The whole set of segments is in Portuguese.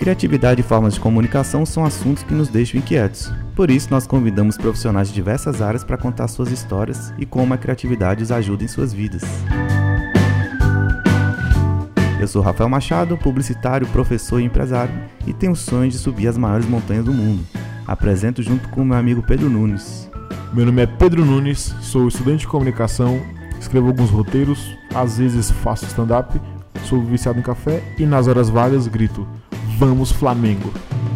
Criatividade e formas de comunicação são assuntos que nos deixam inquietos. Por isso, nós convidamos profissionais de diversas áreas para contar suas histórias e como a criatividade os ajuda em suas vidas. Eu sou Rafael Machado, publicitário, professor e empresário, e tenho o sonho de subir as maiores montanhas do mundo. Apresento junto com o meu amigo Pedro Nunes. Meu nome é Pedro Nunes, sou estudante de comunicação, escrevo alguns roteiros, às vezes faço stand-up, sou viciado em café e nas horas vagas grito: "Vamos Flamengo!".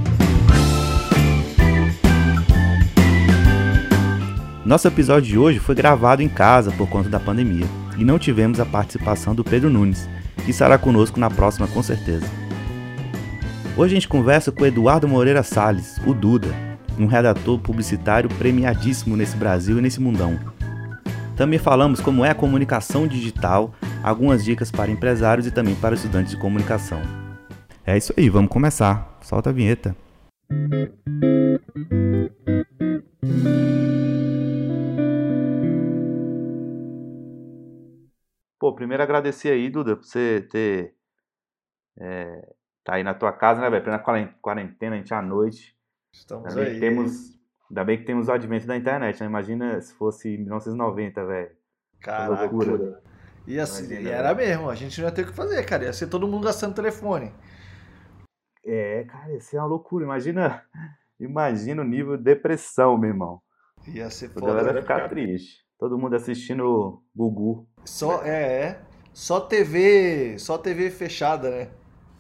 Nosso episódio de hoje foi gravado em casa por conta da pandemia e não tivemos a participação do Pedro Nunes, que estará conosco na próxima com certeza. Hoje a gente conversa com o Eduardo Moreira Salles, o Duda, um redator publicitário premiadíssimo nesse Brasil e nesse mundão. Também falamos como é a comunicação digital, algumas dicas para empresários e também para estudantes de comunicação. É isso aí, vamos começar. Solta a vinheta. Pô, primeiro agradecer aí, Duda, por você ter tá aí na tua casa, né, velho? Plena quarentena, a gente à noite. Estamos aí. Ainda bem que temos o advento da internet, né? Imagina se fosse 1990, velho. Caraca. Loucura. E assim, era mesmo, a gente não ia ter o que fazer, cara. Ia ser todo mundo gastando telefone. Cara, ia ser uma loucura. Imagina o nível de depressão, meu irmão. Ia ser A foda. galera ia ficar triste. Todo mundo assistindo Gugu. Só TV fechada, né?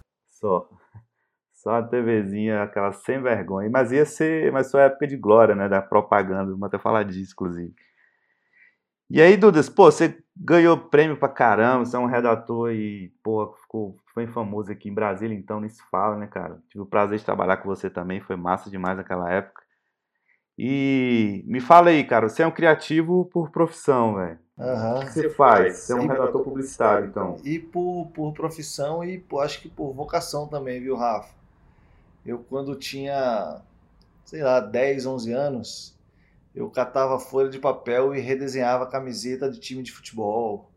Só a TVzinha, aquela sem vergonha. Mas mas foi a época de glória, né? Da propaganda. Vamos até falar disso, inclusive. E aí, Dudas, pô, você ganhou prêmio pra caramba, você é um redator e, pô, foi famoso aqui em Brasília, então nem se fala, né, cara? Tive o prazer de trabalhar com você também, foi massa demais naquela época. E me fala aí, cara, você é um criativo por profissão, velho. Aham. O que você faz? Você é um redator publicitário, então. E por profissão e acho que por vocação também, viu, Rafa? Eu quando tinha, sei lá, 10, 11 anos, eu catava folha de papel e redesenhava camiseta de time de futebol.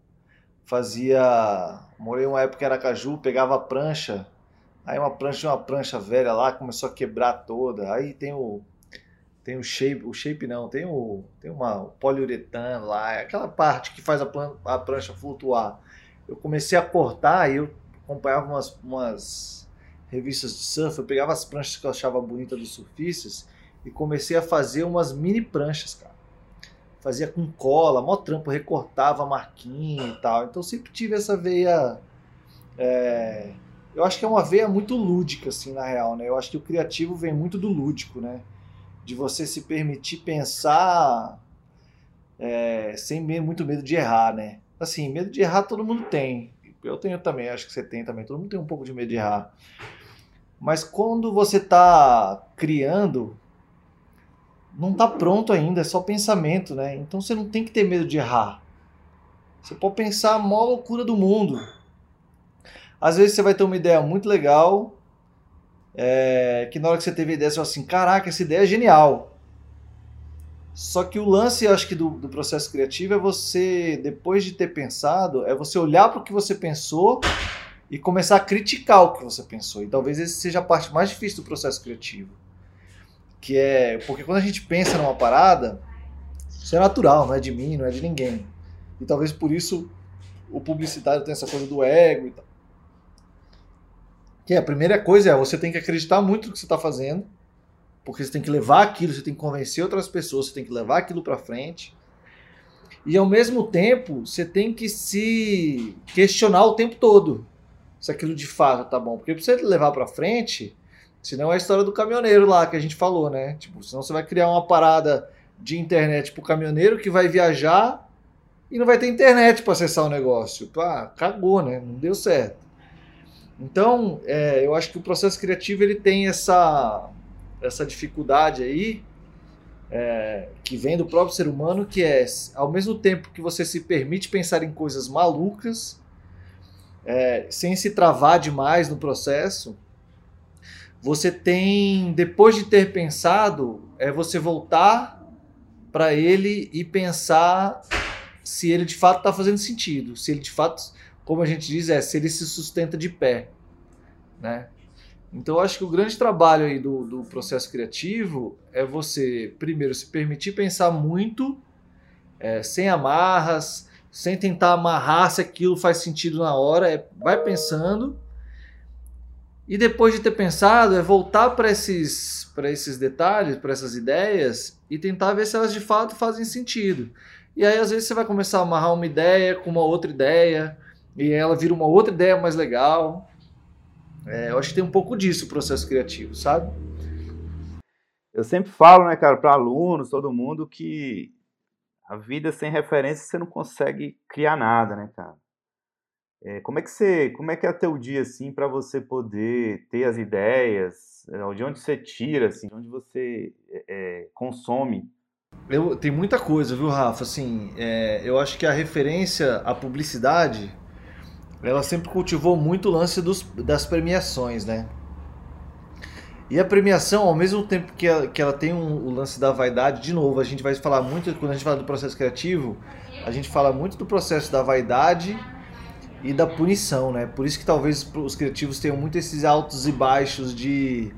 Morei uma época em Aracaju, pegava a prancha, aí uma prancha velha lá, começou a quebrar toda. Aí tem o shape não, tem o poliuretano lá, aquela parte que faz a prancha flutuar. Eu comecei a cortar e eu acompanhava umas revistas de surf, eu pegava as pranchas que eu achava bonitas dos surfistas e comecei a fazer umas mini pranchas, cara. Fazia com cola, mó trampo, recortava a marquinha e tal. Então sempre tive essa veia. Eu acho que é uma veia muito lúdica, assim, na real, né? Eu acho que o criativo vem muito do lúdico, né? De você se permitir pensar sem muito medo de errar, né? Assim, medo de errar todo mundo tem. Eu tenho também, acho que você tem também. Todo mundo tem um pouco de medo de errar. Mas quando você está criando, não está pronto ainda, é só pensamento, né? Então você não tem que ter medo de errar. Você pode pensar a maior loucura do mundo. Às vezes você vai ter uma ideia muito legal, que na hora que você teve a ideia, você fala assim, caraca, essa ideia é genial. Só que o lance, eu acho que do processo criativo é você, depois de ter pensado, é você olhar para o que você pensou e começar a criticar o que você pensou. E talvez esse seja a parte mais difícil do processo criativo. Que é, porque quando a gente pensa numa parada, isso é natural, não é de mim, não é de ninguém. E talvez por isso o publicitário tem essa coisa do ego e tal. Que a primeira coisa você tem que acreditar muito no que você está fazendo, porque você tem que levar aquilo, você tem que convencer outras pessoas, você tem que levar aquilo para frente. E ao mesmo tempo, você tem que se questionar o tempo todo se aquilo de fato tá bom. Porque para você levar para frente, senão é a história do caminhoneiro lá que a gente falou, né? Tipo, senão você vai criar uma parada de internet pro caminhoneiro que vai viajar e não vai ter internet para acessar o negócio. Cagou, né? Não deu certo. Então, eu acho que o processo criativo ele tem essa dificuldade aí, que vem do próprio ser humano, que é, ao mesmo tempo que você se permite pensar em coisas malucas, sem se travar demais no processo, você tem, depois de ter pensado, você voltar para ele e pensar se ele de fato está fazendo sentido, se ele de fato, como a gente diz, se ele se sustenta de pé, né? Então eu acho que o grande trabalho aí do processo criativo é você, primeiro, se permitir pensar muito, sem amarras, sem tentar amarrar se aquilo faz sentido na hora, vai pensando. E depois de ter pensado, é voltar para esses detalhes, para essas ideias e tentar ver se elas de fato fazem sentido. E aí às vezes você vai começar a amarrar uma ideia com uma outra ideia e ela vira uma outra ideia mais legal. Eu acho que tem um pouco disso o processo criativo, sabe? Eu sempre falo, né, cara, para alunos, todo mundo, que a vida sem referência você não consegue criar nada, né, cara? Como é que é teu dia, assim, para você poder ter as ideias, de onde você tira, assim, de onde você consome? Tem muita coisa, viu, Rafa? Assim, eu acho que a referência à publicidade, ela sempre cultivou muito o lance das premiações, né? E a premiação, ao mesmo tempo que ela tem o lance da vaidade, de novo, a gente vai falar muito, quando a gente fala do processo criativo, a gente fala muito do processo da vaidade e da punição, né? Por isso que talvez os criativos tenham muito esses altos e baixos de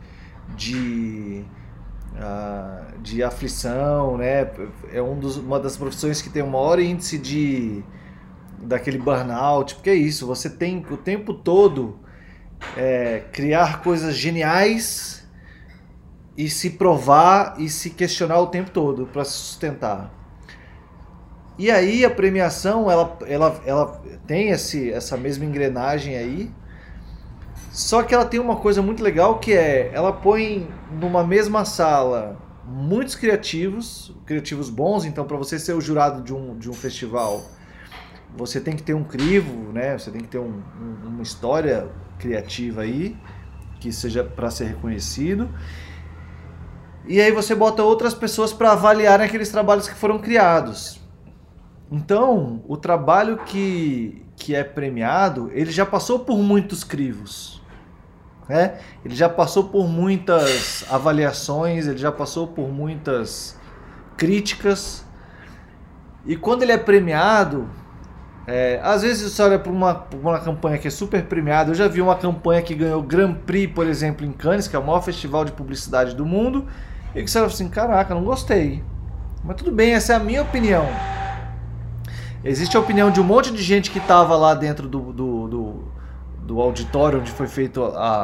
aflição, né? É uma das profissões que tem o maior índice daquele burnout, porque é isso, você tem o tempo todo criar coisas geniais e se provar e se questionar o tempo todo para se sustentar. E aí a premiação, ela tem essa mesma engrenagem aí, só que ela tem uma coisa muito legal que ela põe numa mesma sala muitos criativos bons. Então, para você ser o jurado de um festival, você tem que ter um crivo, né? Você tem que ter uma história criativa aí, que seja para ser reconhecido. E aí você bota outras pessoas para avaliarem aqueles trabalhos que foram criados. Então, o trabalho que é premiado, ele já passou por muitos crivos, né? Ele já passou por muitas avaliações, ele já passou por muitas críticas. E quando ele é premiado, às vezes você olha para uma campanha que é super premiada. Eu já vi uma campanha que ganhou Grand Prix, por exemplo, em Cannes, que é o maior festival de publicidade do mundo, e que você fala assim, caraca, não gostei. Mas tudo bem, essa é a minha opinião. Existe a opinião de um monte de gente que estava lá dentro do auditório onde foi feito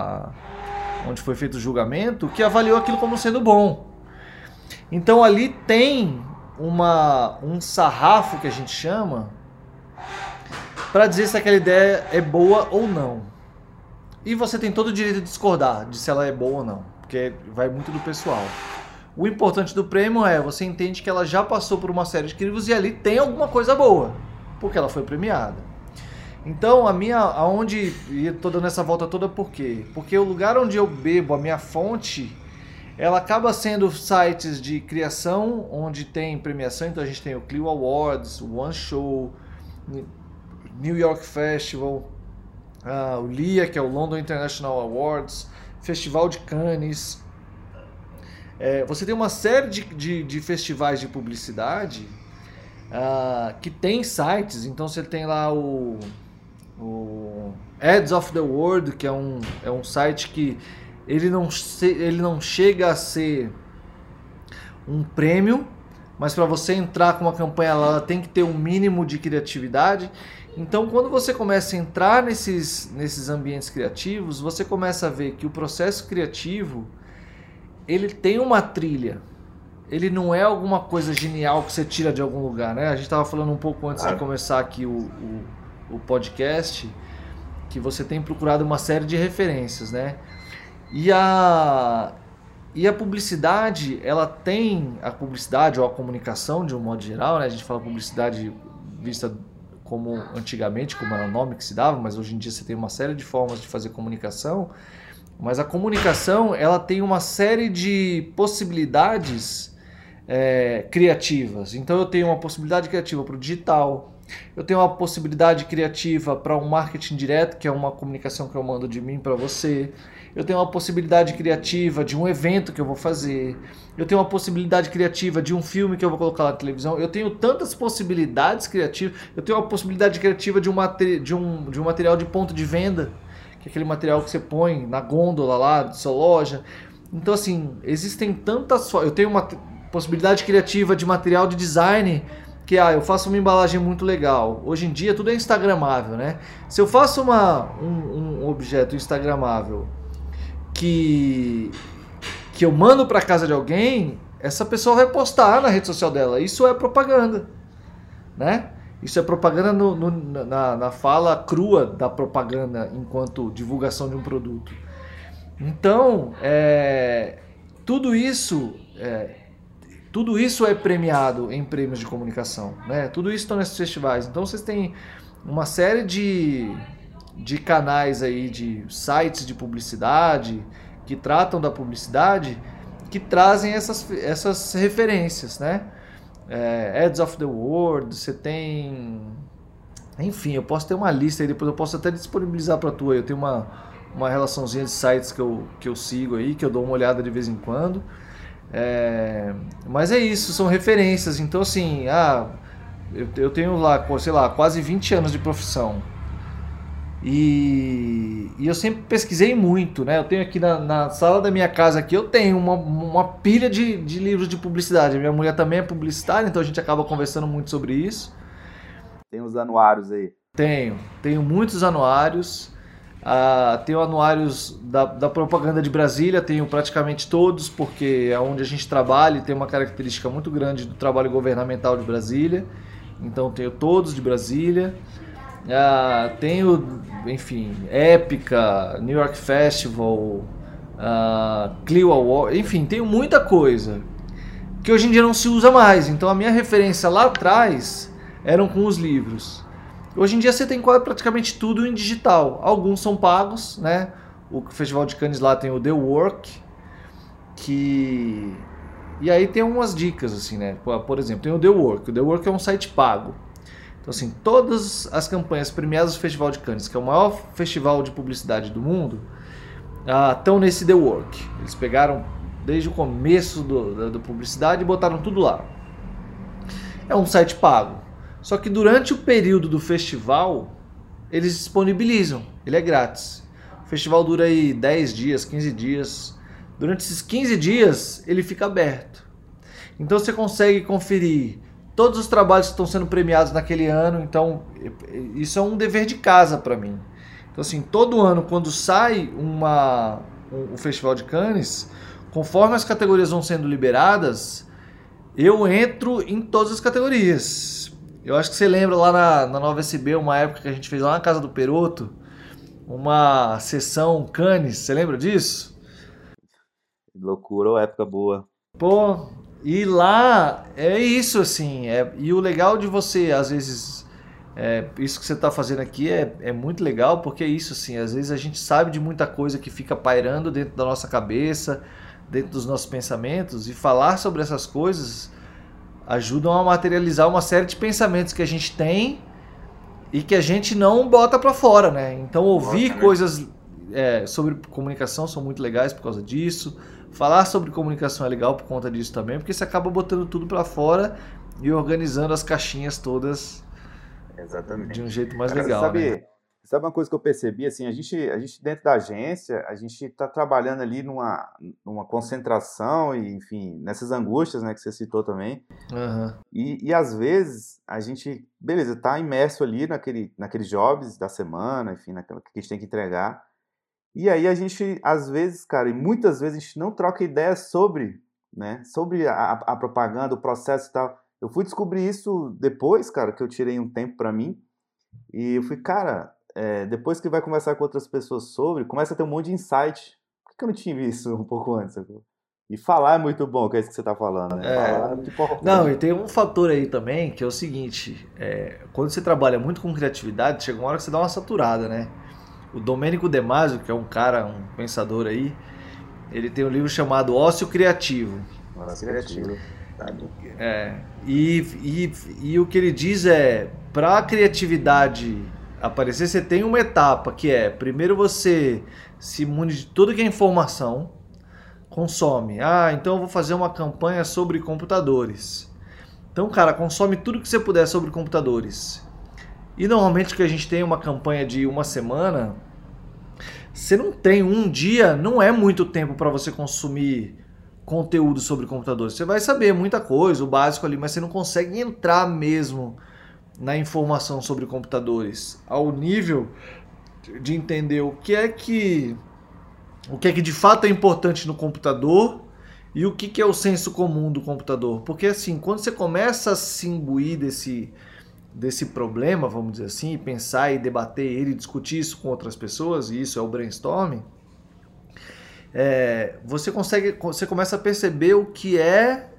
o julgamento, que avaliou aquilo como sendo bom. Então ali tem um sarrafo que a gente chama para dizer se aquela ideia é boa ou não. E você tem todo o direito de discordar de se ela é boa ou não, porque vai muito do pessoal. O importante do prêmio você entende que ela já passou por uma série de crivos e ali tem alguma coisa boa, porque ela foi premiada. Então, e eu tô dando essa volta toda por quê? Porque o lugar onde eu bebo, a minha fonte, ela acaba sendo sites de criação, onde tem premiação. Então a gente tem o Clio Awards, o One Show, New York Festival, o LIA, que é o London International Awards, Festival de Cannes. Você tem uma série de festivais de publicidade que tem sites. Então você tem lá o Ads of the World, que é um site que ele não chega a ser um prêmio, mas para você entrar com uma campanha lá, ela tem que ter um mínimo de criatividade. Então, quando você começa a entrar nesses ambientes criativos, você começa a ver que o processo criativo, ele tem uma trilha. Ele não é alguma coisa genial que você tira de algum lugar, né? A gente estava falando um pouco antes de começar aqui o podcast, que você tem procurado uma série de referências, né? E a publicidade, ela tem a publicidade ou a comunicação de um modo geral, né? A gente fala publicidade vista como antigamente, como era o nome que se dava, mas hoje em dia você tem uma série de formas de fazer comunicação. Mas a comunicação, ela tem uma série de possibilidades criativas. Então eu tenho uma possibilidade criativa para o digital, eu tenho uma possibilidade criativa para um marketing direto, que é uma comunicação que eu mando de mim para você. Eu tenho uma possibilidade criativa de um evento que eu vou fazer. Eu tenho uma possibilidade criativa de um filme que eu vou colocar na televisão. Eu tenho tantas possibilidades criativas. Eu tenho uma possibilidade criativa de um material de ponto de venda, que é aquele material que você põe na gôndola lá da sua loja. Então, assim, existem tantas formas. Eu tenho uma possibilidade criativa de material de design que eu faço uma embalagem muito legal. Hoje em dia tudo é instagramável, né? Se eu faço um objeto instagramável que eu mando para casa de alguém, essa pessoa vai postar na rede social dela. Isso é propaganda, né? Isso é propaganda na fala crua da propaganda enquanto divulgação de um produto. Então, tudo isso é premiado em prêmios de comunicação, né? Tudo isso está nesses festivais. Então vocês têm uma série de canais aí, de sites de publicidade que tratam da publicidade, que trazem essas referências, né? Ads of the World, você tem... Enfim, eu posso ter uma lista aí, depois eu posso até disponibilizar para tu aí. Eu tenho uma relaçãozinha de sites que eu sigo aí, que eu dou uma olhada de vez em quando. Mas é isso, são referências. Então assim, eu tenho lá, sei lá, quase 20 anos de profissão. E eu sempre pesquisei muito, né? Eu tenho aqui na sala da minha casa aqui, eu tenho uma pilha de livros de publicidade. A minha mulher também é publicitária, então a gente acaba conversando muito sobre isso. Tem os anuários aí? Tenho muitos anuários. Tenho anuários da propaganda de Brasília, tenho praticamente todos, porque é onde a gente trabalha e tem uma característica muito grande do trabalho governamental de Brasília. Então tenho todos de Brasília. Tenho, enfim, Épica, New York Festival, Clio Award, enfim, tenho muita coisa que hoje em dia não se usa mais. Então a minha referência lá atrás eram com os livros. Hoje em dia você tem praticamente tudo em digital. Alguns são pagos, né? O Festival de Cannes lá tem o The Work, e aí tem umas dicas assim, né? Por exemplo, tem o The Work. O The Work é um site pago. Então assim, todas as campanhas premiadas do Festival de Cannes, que é o maior festival de publicidade do mundo, estão nesse The Work. Eles pegaram desde o começo da publicidade e botaram tudo lá. É um site pago. Só que durante o período do festival, eles disponibilizam. Ele é grátis. O festival dura aí 10 dias, 15 dias. Durante esses 15 dias, ele fica aberto. Então você consegue conferir todos os trabalhos que estão sendo premiados naquele ano. Então, isso é um dever de casa para mim. Então, assim, todo ano, quando sai o Festival de Cannes, conforme as categorias vão sendo liberadas, eu entro em todas as categorias. Eu acho que você lembra lá na Nova SB, uma época que a gente fez lá na casa do Peroto, uma sessão Cannes, você lembra disso? Loucura, época boa. Pô, e lá é isso, assim, e o legal de você, às vezes, isso que você está fazendo aqui é muito legal, porque é isso, assim, às vezes a gente sabe de muita coisa que fica pairando dentro da nossa cabeça, dentro dos nossos pensamentos, e falar sobre essas coisas ajudam a materializar uma série de pensamentos que a gente tem e que a gente não bota para fora, né? Então ouvir coisas sobre comunicação são muito legais por causa disso. Falar sobre comunicação é legal por conta disso também, porque você acaba botando tudo para fora e organizando as caixinhas todas. Exatamente. De um jeito mais legal, né? Sabe uma coisa que eu percebi? Assim, a gente dentro da agência, a gente está trabalhando ali numa concentração e, enfim, nessas angústias, né, que você citou também. Uhum. E às vezes a gente, beleza, tá imerso ali naqueles jobs da semana, enfim, naquilo que a gente tem que entregar. E aí a gente, às vezes, cara, e muitas vezes a gente não troca ideias sobre, né, sobre a propaganda, o processo e tal. Eu fui descobrir isso depois, cara, que eu tirei um tempo para mim. E eu fui, cara, depois que vai conversar com outras pessoas sobre, começa a ter um monte de insight. Por que eu não tive isso um pouco antes? E falar é muito bom, que é isso que você tá falando, né? Falar é muito importante. Não, e tem um fator aí também, que é o seguinte, quando você trabalha muito com criatividade, chega uma hora que você dá uma saturada, né? O Domênico De Masi, que é um pensador aí, ele tem um livro chamado Ócio Criativo. Ócio Criativo. E o que ele diz para a criatividade aparecer, você tem uma etapa que primeiro você se imune de tudo que é informação, consome. Então eu vou fazer uma campanha sobre computadores. Então, cara, consome tudo que você puder sobre computadores. E normalmente que a gente tem uma campanha de uma semana, Você não tem um dia, não é muito tempo para você consumir conteúdo sobre computadores. Você vai saber muita coisa, o básico ali, mas você não consegue entrar mesmo na informação sobre computadores ao nível de entender o que é que de fato é importante no computador e o que é o senso comum do computador. Porque assim, quando você começa a se imbuir desse problema, vamos dizer assim, pensar e debater ele, discutir isso com outras pessoas, e isso é o brainstorming, você começa a perceber o que é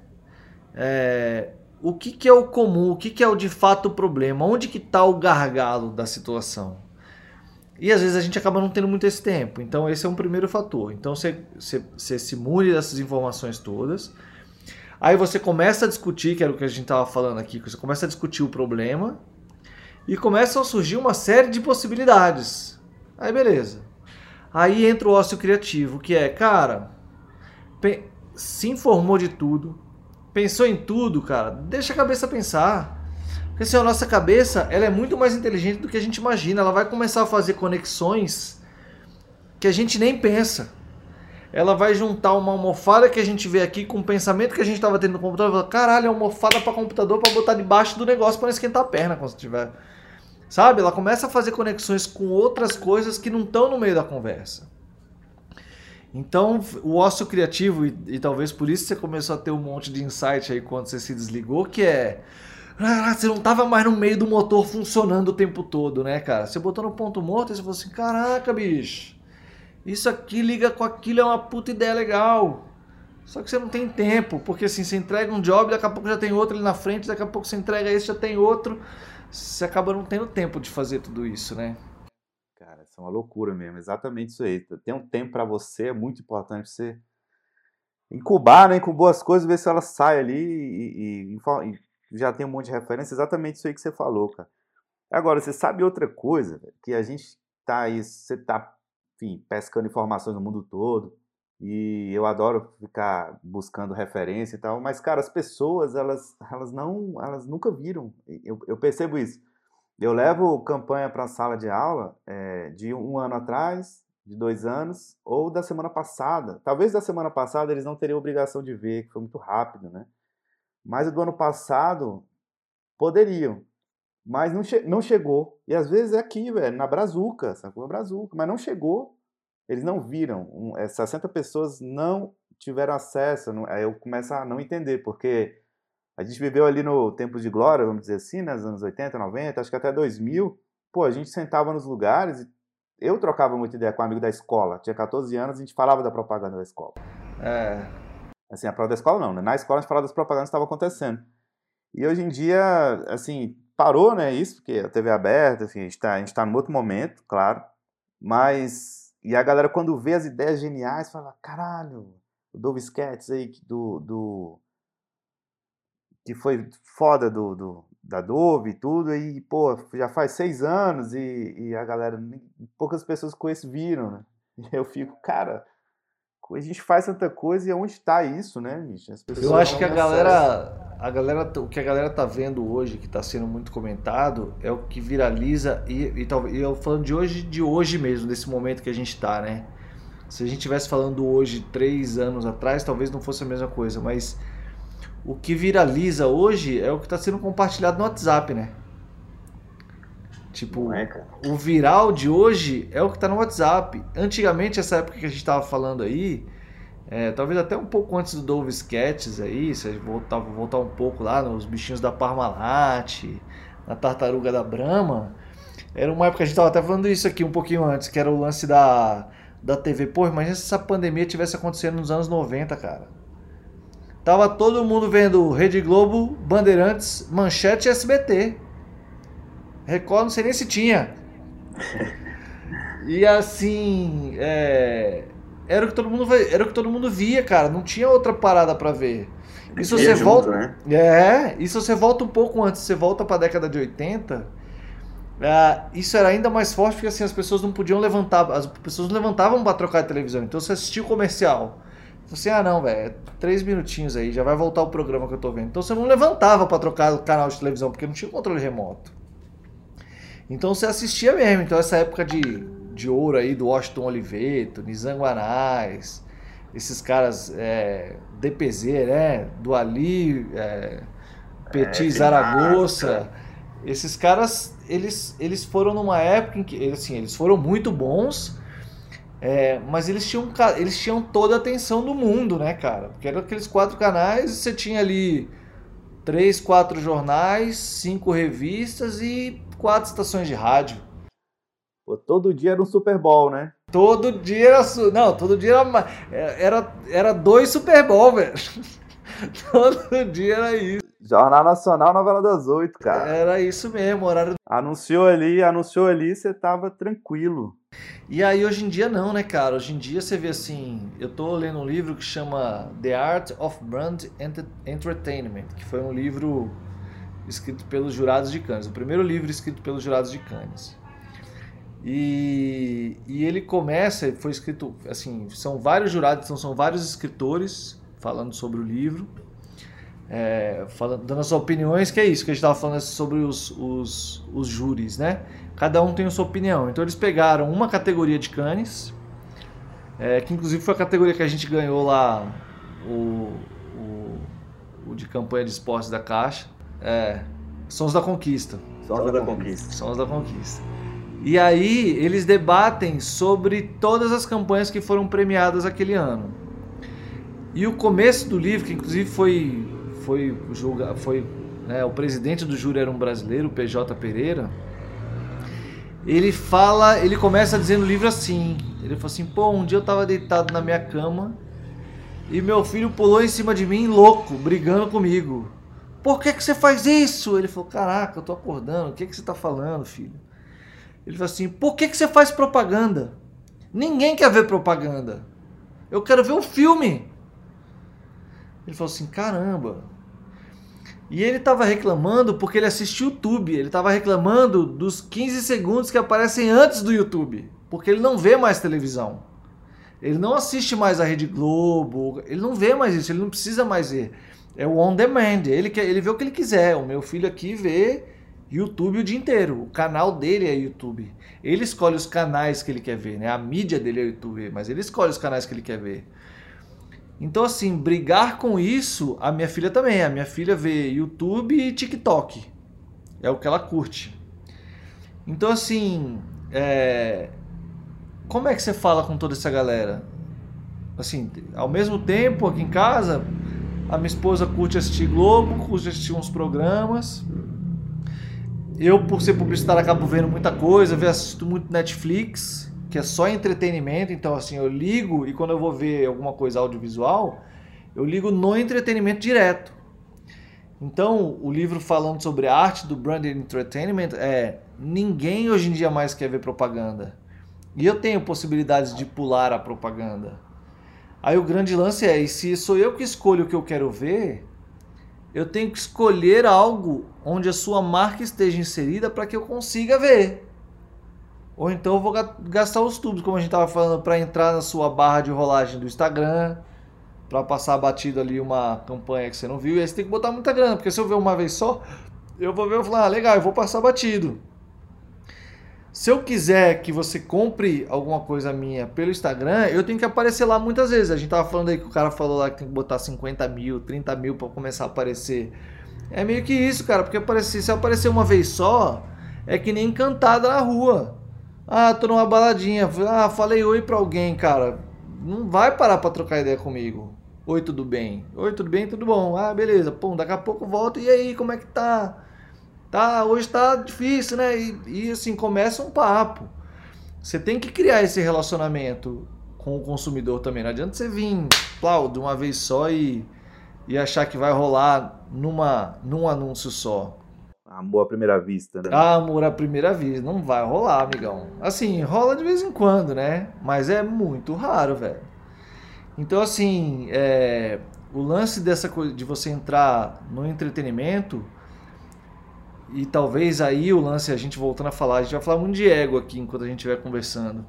o comum, o que é o de fato o problema, onde que está o gargalo da situação. E às vezes a gente acaba não tendo muito esse tempo. Então esse é um primeiro fator. Então você se mune dessas informações todas. Aí você começa a discutir, que era o que a gente estava falando aqui, você começa a discutir o problema e começam a surgir uma série de possibilidades. Aí beleza. Aí entra o ócio criativo, que é, cara, se informou de tudo, pensou em tudo, cara, deixa a cabeça pensar. Porque assim, a nossa cabeça, ela é muito mais inteligente do que a gente imagina. Ela vai começar a fazer conexões que a gente nem pensa. Ela vai juntar uma almofada que a gente vê aqui com o pensamento que a gente estava tendo no computador. E falar, caralho, é uma almofada para computador para botar debaixo do negócio para não esquentar a perna quando você tiver. Sabe? Ela começa a fazer conexões com outras coisas que não estão no meio da conversa. Então, o ócio criativo, e talvez por isso você começou a ter um monte de insight aí quando você se desligou, que é... Você não tava mais no meio do motor funcionando o tempo todo, né, cara? Você botou no ponto morto e você falou assim, caraca, bicho, isso aqui liga com aquilo, é uma puta ideia legal. Só que você não tem tempo, porque assim, você entrega um job, daqui a pouco já tem outro ali na frente, daqui a pouco você entrega esse, já tem outro. Você acaba não tendo tempo de fazer tudo isso, né? Cara, isso é uma loucura mesmo, exatamente isso aí. Ter um tempo pra você é muito importante, você incubar, né, incubou as coisas, ver se elas saem ali e já tem um monte de referência, exatamente isso aí que você falou, cara. Agora, você sabe outra coisa, que a gente tá aí, você tá, enfim, pescando informações no mundo todo, e eu adoro ficar buscando referência e tal, mas, cara, as pessoas, elas nunca viram, eu percebo isso. Eu levo campanha para a sala de aula de 1 ano atrás, de 2 anos, ou da semana passada. Talvez da semana passada eles não teriam obrigação de ver, que foi muito rápido, né? Mas o do ano passado poderiam, mas não chegou. E às vezes é aqui, velho, na Brazuca, sacou? Brazuca, mas não chegou. Eles não viram. 60 pessoas não tiveram acesso. Aí eu começo a não entender, porque a gente viveu ali no tempo de glória, vamos dizer assim, né, nos anos 80, 90, acho que até 2000. Pô, a gente sentava nos lugares e eu trocava muita ideia com um amigo da escola. Tinha 14 anos, a gente falava da propaganda da escola. Assim, a prova da escola não, né? Na escola a gente falava das propagandas que estavam acontecendo. E hoje em dia, assim, parou, né, isso, porque a TV é aberta, assim, a gente tá num outro momento, claro, mas... E a galera, quando vê as ideias geniais, fala, caralho, o Dove Sketches aí, que foi foda da Dove e tudo, e, pô, já faz 6 anos e a galera, poucas pessoas viram, né? E eu fico, cara... A gente faz tanta coisa e onde está isso, né, bicho? As pessoas eu acho que a galera, o que a galera tá vendo hoje, que tá sendo muito comentado, é o que viraliza e eu falando de hoje mesmo, desse momento que a gente tá, né? Se a gente estivesse falando hoje, 3 anos atrás, talvez não fosse a mesma coisa, mas o que viraliza hoje é o que tá sendo compartilhado no WhatsApp, né? Tipo, o viral de hoje é o que tá no WhatsApp. Antigamente, essa época que a gente tava falando aí, talvez até um pouco antes do Dove Sketches aí, se a gente voltar um pouco lá nos bichinhos da Parmalat, na tartaruga da Brahma, era uma época que a gente tava até falando isso aqui um pouquinho antes, que era o lance da TV. Pô, imagina se essa pandemia tivesse acontecendo nos anos 90, cara. Tava todo mundo vendo Rede Globo, Bandeirantes, Manchete e SBT. Record não sei nem se tinha. E assim, era o que todo mundo via, cara. Não tinha outra parada pra ver. E se você volta, né? E se você volta um pouco antes, você volta pra década de 80, isso era ainda mais forte, porque assim, as pessoas não podiam levantar, as pessoas não levantavam pra trocar de televisão. Então você assistia o comercial. Você, não, velho, 3 minutinhos aí, já vai voltar o programa que eu tô vendo. Então você não levantava pra trocar o canal de televisão, porque não tinha controle remoto. Então você assistia mesmo. Então essa época de de ouro aí do Washington Oliveto, Nizam Guanais, esses caras, DPZ, né? Do Ali, Petit Zaragoza. Esses caras, eles foram numa época em que, assim, eles foram muito bons, mas eles tinham toda a atenção do mundo, né, cara? Porque eram aqueles 4 canais e você tinha ali 3, 4 jornais, 5 revistas e 4 estações de rádio. Pô, todo dia era um Super Bowl, né? Todo dia era... Não, todo dia era 2 Super Bowl, velho. Todo dia era isso. Jornal Nacional, novela das 8, cara. Era isso mesmo, horário... Anunciou ali, você tava tranquilo. E aí hoje em dia não, né, cara? Hoje em dia você vê assim... Eu tô lendo um livro que chama The Art of Brand Entertainment, que foi um livro escrito pelos jurados de Cannes. O primeiro livro escrito pelos jurados de Cannes. E ele começa, foi escrito, assim, são vários jurados, então são vários escritores falando sobre o livro, dando as suas opiniões, que é isso que a gente estava falando sobre os júris, né? Cada um tem a sua opinião. Então eles pegaram uma categoria de Cannes, que inclusive foi a categoria que a gente ganhou lá, o de campanha de esportes da Caixa, Sons da Conquista. Sons da Conquista. Sons da Conquista. E aí eles debatem sobre todas as campanhas que foram premiadas aquele ano. E o começo do livro, que inclusive foi o presidente do júri era um brasileiro, o PJ Pereira. Ele começa dizendo no livro assim, ele falou assim: pô, um dia eu tava deitado na minha cama e meu filho pulou em cima de mim louco, brigando comigo. Por que você faz isso? Ele falou: caraca, eu tô acordando, o que você tá falando, filho? Ele falou assim: por que você faz propaganda? Ninguém quer ver propaganda. Eu quero ver um filme. Ele falou assim: caramba. E ele estava reclamando porque ele assiste YouTube. Ele estava reclamando dos 15 segundos que aparecem antes do YouTube. Porque ele não vê mais televisão. Ele não assiste mais a Rede Globo. Ele não vê mais isso. Ele não precisa mais ver. É o on demand. Ele vê o que ele quiser. O meu filho aqui vê YouTube o dia inteiro. O canal dele é YouTube. Ele escolhe os canais que ele quer ver, né? A mídia dele é YouTube, mas ele escolhe os canais que ele quer ver. Então, assim, brigar com isso, a minha filha também. A minha filha vê YouTube e TikTok. É o que ela curte. Então, assim, como é que você fala com toda essa galera? Assim, ao mesmo tempo, aqui em casa, a minha esposa curte assistir Globo, curte assistir uns programas. Eu, por ser publicitário, acabo vendo muita coisa, assisto muito Netflix, que é só entretenimento. Então, assim, eu ligo e quando eu vou ver alguma coisa audiovisual, eu ligo no entretenimento direto. Então, o livro falando sobre a arte do branded entertainment ninguém hoje em dia mais quer ver propaganda. E eu tenho possibilidades de pular a propaganda. Aí o grande lance e se sou eu que escolho o que eu quero ver, eu tenho que escolher algo onde a sua marca esteja inserida para que eu consiga ver. Ou então eu vou gastar os tubos, como a gente estava falando, para entrar na sua barra de rolagem do Instagram, para passar batido ali uma campanha que você não viu. E aí você tem que botar muita grana, porque se eu ver uma vez só, eu vou ver e falar: legal, eu vou passar batido. Se eu quiser que você compre alguma coisa minha pelo Instagram, eu tenho que aparecer lá muitas vezes. A gente tava falando aí que o cara falou lá que tem que botar 50 mil, 30 mil para começar a aparecer. É meio que isso, cara, porque se eu aparecer uma vez só, é que nem cantada na rua. Ah, tô numa baladinha, falei oi pra alguém, cara. Não vai parar pra trocar ideia comigo. Oi, tudo bem? Oi, tudo bem? Tudo bom? Ah, beleza. Pô, daqui a pouco eu volto. E aí, como é que tá? Tá, hoje tá difícil, né? E assim, começa um papo. Você tem que criar esse relacionamento com o consumidor também. Não adianta você vir, de uma vez só e achar que vai rolar num anúncio só. Amor à primeira vista, né? Amor à primeira vista. Não vai rolar, amigão. Assim, rola de vez em quando, né? Mas é muito raro, velho. Então, assim, o lance dessa coisa de você entrar no entretenimento... E talvez aí o lance, a gente voltando a falar, a gente vai falar muito de ego aqui enquanto a gente estiver conversando.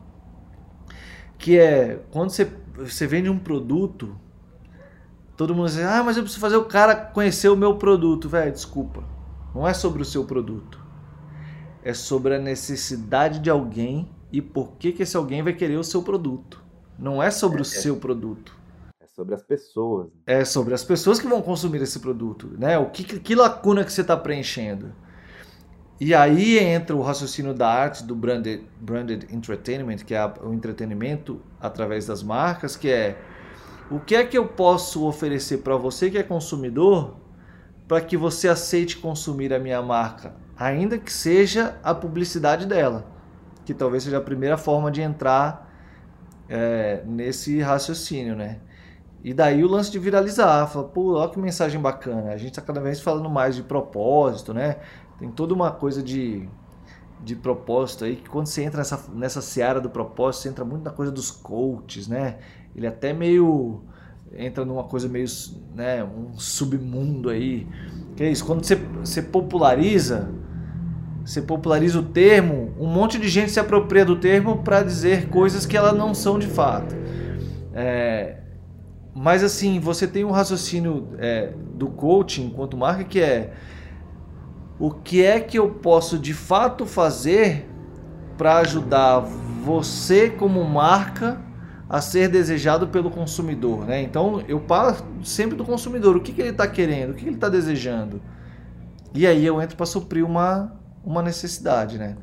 Que quando você vende um produto, todo mundo diz: mas eu preciso fazer o cara conhecer o meu produto. Velho, desculpa. Não é sobre o seu produto. É sobre a necessidade de alguém e por que que esse alguém vai querer o seu produto. Não é sobre o seu produto. É sobre as pessoas. É sobre as pessoas que vão consumir esse produto, né? Que lacuna que você está preenchendo? E aí entra o raciocínio da arte do branded entertainment, que é o entretenimento através das marcas, que é o que é que eu posso oferecer para você que é consumidor para que você aceite consumir a minha marca, ainda que seja a publicidade dela, que talvez seja a primeira forma de entrar nesse raciocínio, né? E daí o lance de viralizar, fala, pô, olha que mensagem bacana. A gente está cada vez falando mais de propósito, né? Tem toda uma coisa de propósito aí, que quando você entra nessa seara do propósito, você entra muito na coisa dos coaches, né? Ele até meio entra numa coisa meio, né, um submundo aí. Que é isso, quando você populariza o termo, um monte de gente se apropria do termo para dizer coisas que elas não são de fato. Mas assim, você tem um raciocínio do coaching enquanto marca que é o que é que eu posso de fato fazer para ajudar você como marca a ser desejado pelo consumidor, né? Então eu paro sempre do consumidor, o que ele está querendo, o que ele está desejando. E aí eu entro para suprir uma necessidade, né?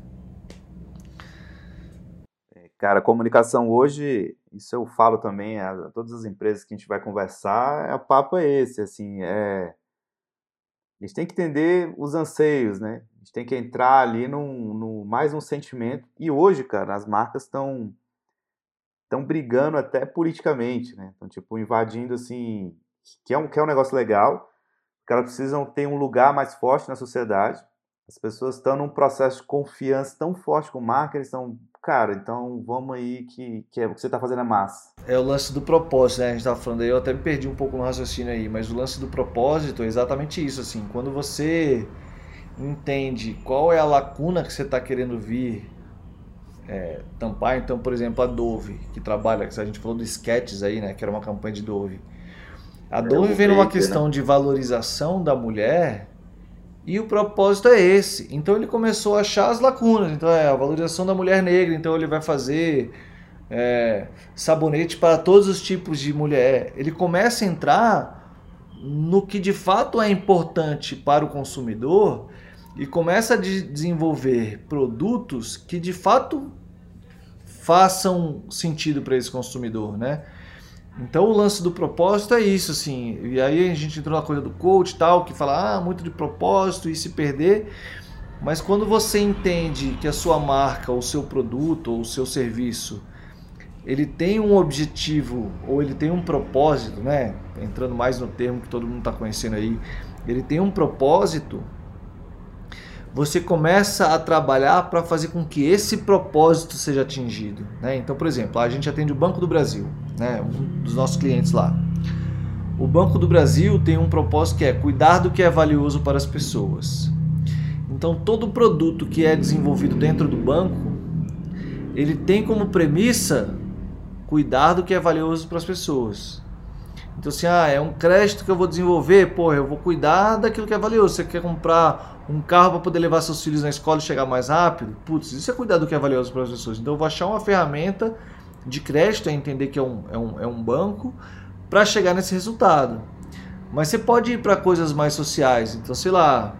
Cara, comunicação hoje, isso eu falo também a todas as empresas que a gente vai conversar, o papo é esse, assim, a gente tem que entender os anseios, né? A gente tem que entrar ali mais um sentimento. E hoje, cara, as marcas estão brigando até politicamente, né? Estão, tipo, invadindo, assim, que é um negócio legal, porque elas precisam ter um lugar mais forte na sociedade. As pessoas estão num processo de confiança tão forte com marca, eles estão, cara, então vamos aí que o que você está fazendo é massa. É o lance do propósito, né? A gente estava falando aí, eu até me perdi um pouco no raciocínio aí, mas o lance do propósito é exatamente isso, assim, quando você entende qual é a lacuna que você está querendo vir tampar, então, por exemplo, a Dove, que trabalha, que a gente falou do Skechers aí, né, que era uma campanha de Dove. A Dove vem numa questão de valorização da mulher e o propósito é esse. Então ele começou a achar as lacunas. Então a valorização da mulher negra. Então ele vai fazer sabonete para todos os tipos de mulher. Ele começa a entrar no que de fato é importante para o consumidor e começa a desenvolver produtos que de fato façam sentido para esse consumidor, né? Então o lance do propósito é isso, assim. E aí a gente entrou na coisa do coach e tal, que fala muito de propósito e se perder. Mas quando você entende que a sua marca, o seu produto ou o seu serviço, ele tem um objetivo ou ele tem um propósito, né? Entrando mais no termo que todo mundo está conhecendo aí, ele tem um propósito. Você começa a trabalhar para fazer com que esse propósito seja atingido, né? Então, por exemplo, a gente atende o Banco do Brasil, né? Um dos nossos clientes lá. O Banco do Brasil tem um propósito que é cuidar do que é valioso para as pessoas. Então, todo produto que é desenvolvido dentro do banco, ele tem como premissa cuidar do que é valioso para as pessoas. Então assim, é um crédito que eu vou desenvolver, eu vou cuidar daquilo que é valioso. Você quer comprar um carro para poder levar seus filhos na escola e chegar mais rápido? Putz, isso é cuidar do que é valioso para as pessoas. Então eu vou achar uma ferramenta de crédito, entender que é um banco, para chegar nesse resultado. Mas você pode ir para coisas mais sociais. Então, sei lá,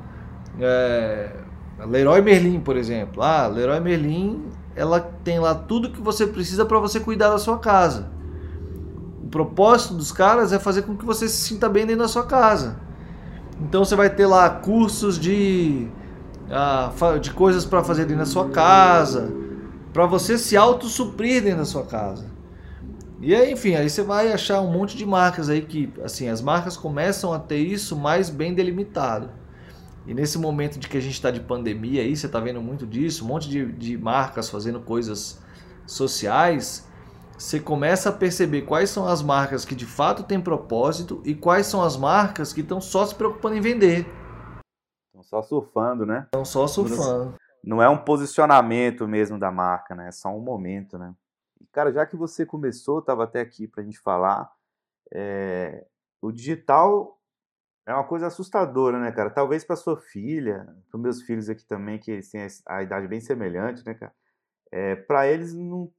Leroy Merlin, por exemplo. Leroy Merlin, ela tem lá tudo que você precisa para você cuidar da sua casa. O propósito dos caras é fazer com que você se sinta bem dentro da sua casa. Então você vai ter lá cursos de coisas para fazer dentro da sua casa, para você se autossuprir dentro da sua casa. E aí, enfim, aí você vai achar um monte de marcas aí que, assim, as marcas começam a ter isso mais bem delimitado. E nesse momento de que a gente está de pandemia aí, você está vendo muito disso, um monte de marcas fazendo coisas sociais. Você começa a perceber quais são as marcas que de fato têm propósito e quais são as marcas que estão só se preocupando em vender. Estão só surfando, né? Estão só surfando. Não é um posicionamento mesmo da marca, né? É só um momento, né? E, cara, já que você começou, estava até aqui para a gente falar, o digital é uma coisa assustadora, né, cara? Talvez para sua filha, para meus filhos aqui também, que eles têm a idade bem semelhante, né, cara? Para eles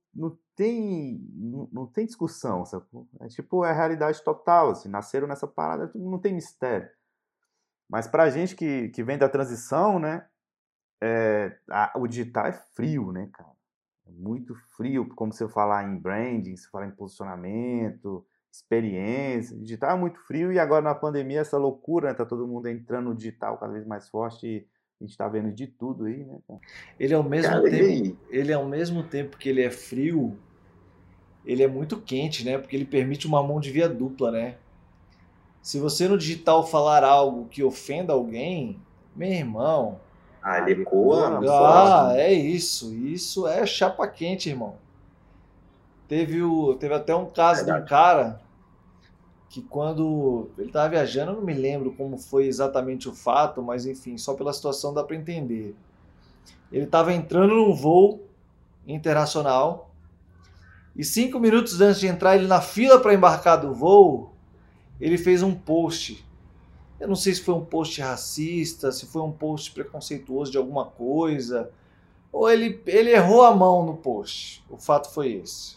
não tem discussão, sabe? É tipo, é a realidade total, assim, nasceram nessa parada, não tem mistério. Mas pra gente que vem da transição, né, o digital é frio, né, cara? É muito frio, como você falar em branding, você falar em posicionamento, experiência. O digital é muito frio e agora na pandemia essa loucura, né? Tá todo mundo entrando no digital cada vez mais forte e a gente tá vendo de tudo aí, né, cara? Ele ao mesmo tempo que ele é frio, ele é muito quente, né? Porque ele permite uma mão de via dupla, né? Se você no digital falar algo que ofenda alguém, meu irmão, Ele ecoa. é isso. Isso é chapa quente, irmão. Teve até um caso de um cara que quando ele estava viajando, eu não me lembro como foi exatamente o fato, mas enfim, só pela situação dá para entender. Ele estava entrando num voo internacional e 5 minutos antes de entrar ele na fila para embarcar do voo, ele fez um post. Eu não sei se foi um post racista, se foi um post preconceituoso de alguma coisa, ou ele errou a mão no post. O fato foi esse.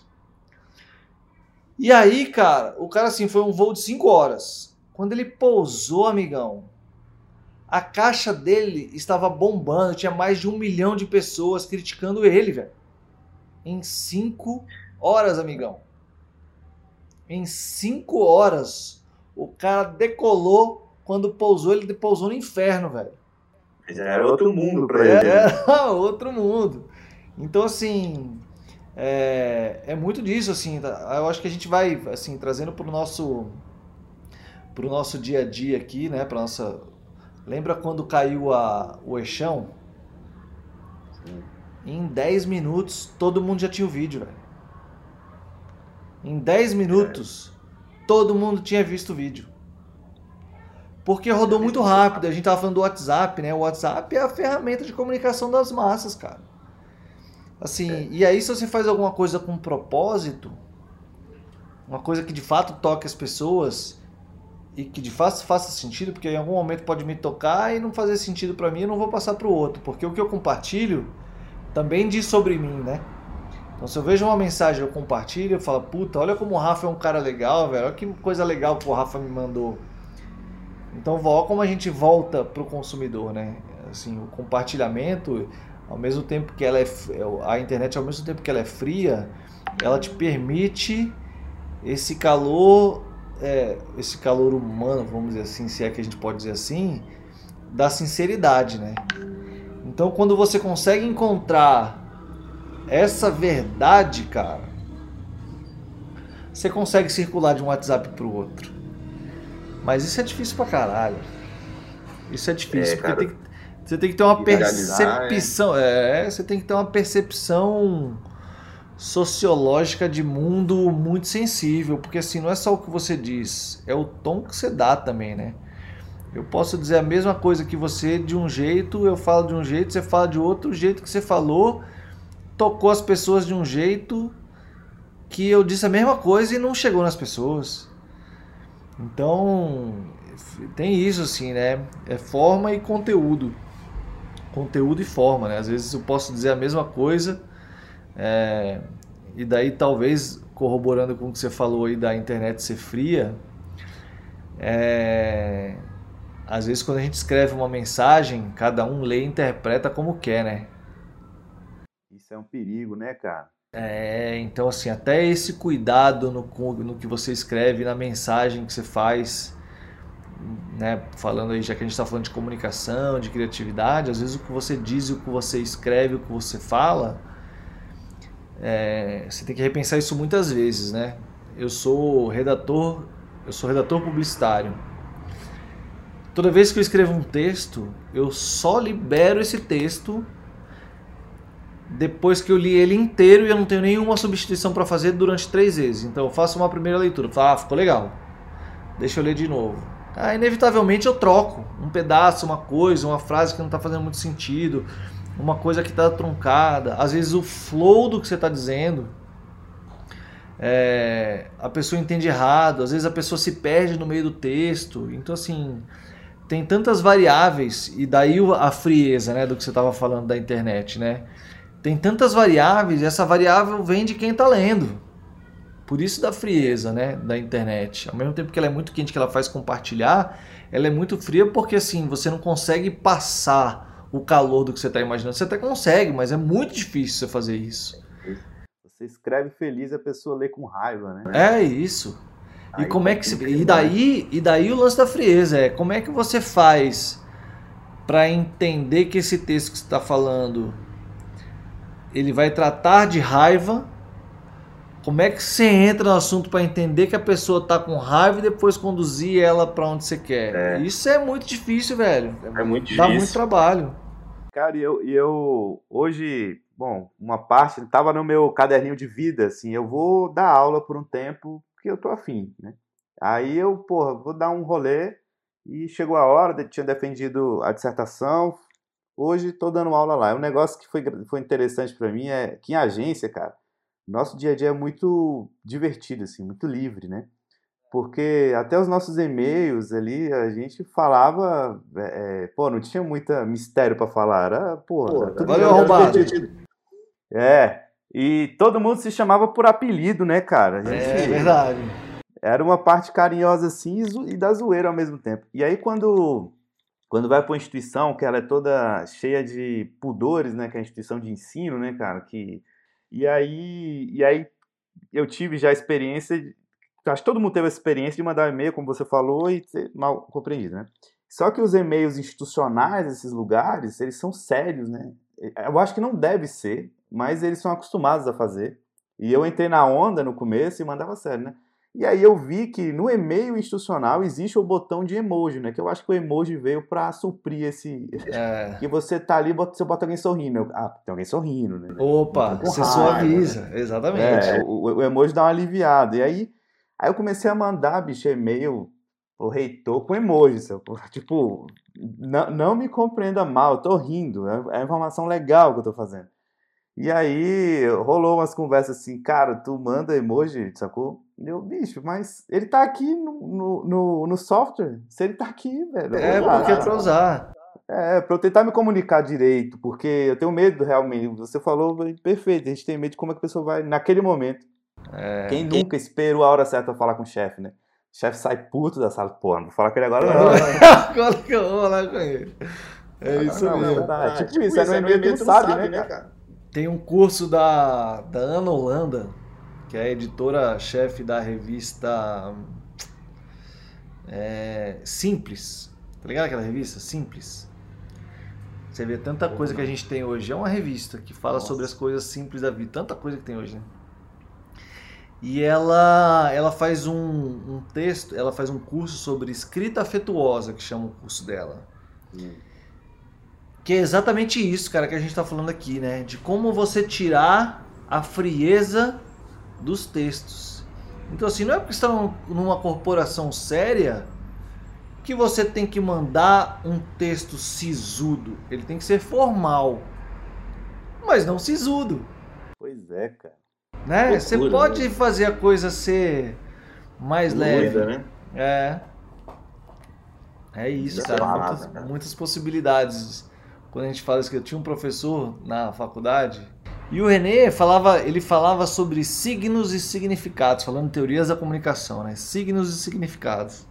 E aí, cara, o cara assim, foi um voo de 5 horas. Quando ele pousou, amigão, a caixa dele estava bombando, tinha mais de 1 milhão de pessoas criticando ele, velho. Em 5 horas, amigão. Em 5 horas, o cara decolou. Quando pousou, ele pousou no inferno, velho. Já era outro mundo pra ele. Era outro mundo. Então, assim, é muito disso, assim. Eu acho que a gente vai, assim, trazendo pro nosso dia a dia aqui, né? Pra nossa... Lembra quando caiu o Eixão? Sim. Em 10 minutos, todo mundo já tinha o vídeo, velho. Em 10 minutos, todo mundo tinha visto o vídeo. Porque rodou muito rápido. A gente tava falando do WhatsApp, né? O WhatsApp é a ferramenta de comunicação das massas, cara. Assim, e aí se você faz alguma coisa com propósito, uma coisa que de fato toque as pessoas e que de fato faça sentido, porque em algum momento pode me tocar e não fazer sentido pra mim, eu não vou passar pro outro, porque o que eu compartilho também diz sobre mim, né? Então se eu vejo uma mensagem, eu compartilho, eu falo, puta, olha como o Rafa é um cara legal, velho, olha que coisa legal que o Rafa me mandou. Então, olha como a gente volta pro consumidor, né? Assim, o compartilhamento, ao mesmo tempo que a internet, ao mesmo tempo que ela é fria, ela te permite esse calor humano, vamos dizer assim, se é que a gente pode dizer assim, da sinceridade, né? Então, quando você consegue encontrar essa verdade, cara, você consegue circular de um WhatsApp pro outro. Mas isso é difícil pra caralho. Isso é difícil, porque você tem que ter uma percepção. Você tem que ter uma percepção sociológica de mundo muito sensível. Porque assim, não é só o que você diz, é o tom que você dá também, né? Eu posso dizer a mesma coisa que você de um jeito, eu falo de um jeito, você fala de outro, o jeito que você falou tocou as pessoas de um jeito que eu disse a mesma coisa e não chegou nas pessoas. Então, tem isso assim, né? É forma e conteúdo. Conteúdo e forma, né? Às vezes eu posso dizer a mesma coisa, e daí talvez, corroborando com o que você falou aí da internet ser fria, às vezes quando a gente escreve uma mensagem, cada um lê e interpreta como quer, né? Isso é um perigo, né, cara? Então assim, até esse cuidado no que você escreve, na mensagem que você faz, né? Falando aí, já que a gente está falando de comunicação, de criatividade, às vezes o que você diz, o que você escreve, o que você fala, você tem que repensar isso muitas vezes, né? Eu sou redator publicitário. Toda vez que eu escrevo um texto, eu só libero esse texto depois que eu li ele inteiro e eu não tenho nenhuma substituição para fazer durante 3 vezes. Então eu faço uma primeira leitura, falo, ficou legal, deixa eu ler de novo. Inevitavelmente eu troco um pedaço, uma coisa, uma frase que não está fazendo muito sentido, uma coisa que está truncada. Às vezes o flow do que você está dizendo, a pessoa entende errado, às vezes a pessoa se perde no meio do texto. Então assim, tem tantas variáveis, e daí a frieza, né, do que você estava falando da internet, né? tem tantas variáveis, e essa variável vem de quem está lendo. Por isso da frieza, né, da internet. Ao mesmo tempo que ela é muito quente, que ela faz compartilhar, ela é muito fria porque assim, você não consegue passar o calor do que você está imaginando. Você até consegue, mas é muito difícil você fazer isso. Você escreve feliz e a pessoa lê com raiva, né? É isso. E como é que e daí o lance da frieza é como é que você faz para entender que esse texto que você está falando ele vai tratar de raiva? Como é que você entra no assunto para entender que a pessoa está com raiva e depois conduzir ela para onde você quer? Isso é muito difícil, velho. É muito difícil. Dá muito trabalho. Cara, eu hoje, bom, uma parte estava no meu caderninho de vida, assim, eu vou dar aula por um tempo, porque eu tô afim, né? Aí eu, porra, vou dar um rolê e chegou a hora, tinha defendido a dissertação, hoje tô dando aula lá. Um negócio que foi interessante para mim é que em agência, cara, nosso dia a dia é muito divertido, assim, muito livre, né? Porque até os nossos e-mails ali, a gente falava, pô, não tinha muita mistério pra falar, era, pô, tudo valeu, arrombado. E todo mundo se chamava por apelido, né, cara? É verdade. Era uma parte carinhosa assim e da zoeira ao mesmo tempo. E aí quando vai pra uma instituição que ela é toda cheia de pudores, né, que é a instituição de ensino, né, cara, E aí eu tive já a experiência, acho que todo mundo teve a experiência de mandar um e-mail, como você falou, e ser mal compreendido, né? Só que os e-mails institucionais desses lugares, eles são sérios, né? Eu acho que não deve ser, mas eles são acostumados a fazer. E eu entrei na onda no começo e mandava sério, né? E aí eu vi que no e-mail institucional existe o botão de emoji, né? Que eu acho que o emoji veio para suprir esse... Que você tá ali, você bota alguém sorrindo. Tem alguém sorrindo, né? Opa, você suaviza. Exatamente. O emoji dá uma aliviada. E aí eu comecei a mandar, bicho, e-mail o reitor com emoji. Tipo, não me compreenda mal, eu tô rindo. É informação legal que eu tô fazendo. E aí rolou umas conversas assim, cara, tu manda emoji, sacou? Eu, bicho, mas ele tá aqui no software. Se ele tá aqui, velho. Porque é pra usar. Pra eu tentar me comunicar direito, porque eu tenho medo realmente. Você falou perfeito, a gente tem medo de como é que a pessoa vai naquele momento. Quem nunca esperou a hora certa pra falar com o chefe, né? O chefe sai puto da sala, pô, não vou falar com ele agora não. Agora que eu vou falar com ele. É isso mesmo. Tipo isso, é no e-mail que tu sabe, né, cara? Tem um curso da Ana Holanda, que é a editora-chefe da revista Simples. Tá ligado aquela revista? Simples. Você vê tanta coisa que a gente tem hoje. É uma revista que fala sobre as coisas simples da vida. Tanta coisa que tem hoje, né? E ela faz um texto, ela faz um curso sobre escrita afetuosa, que chama o curso dela. Que é exatamente isso, cara, que a gente tá falando aqui, né? De como você tirar a frieza dos textos. Então, assim, não é porque você está numa corporação séria que você tem que mandar um texto sisudo. Ele tem que ser formal, mas não sisudo. Pois é, cara. Né? Loucura, você pode fazer a coisa ser mais leve. Né? É isso, cara. Muitas possibilidades. Quando a gente fala isso, que eu tinha um professor na faculdade e o René falava sobre signos e significados, falando teorias da comunicação, né? Signos e significados.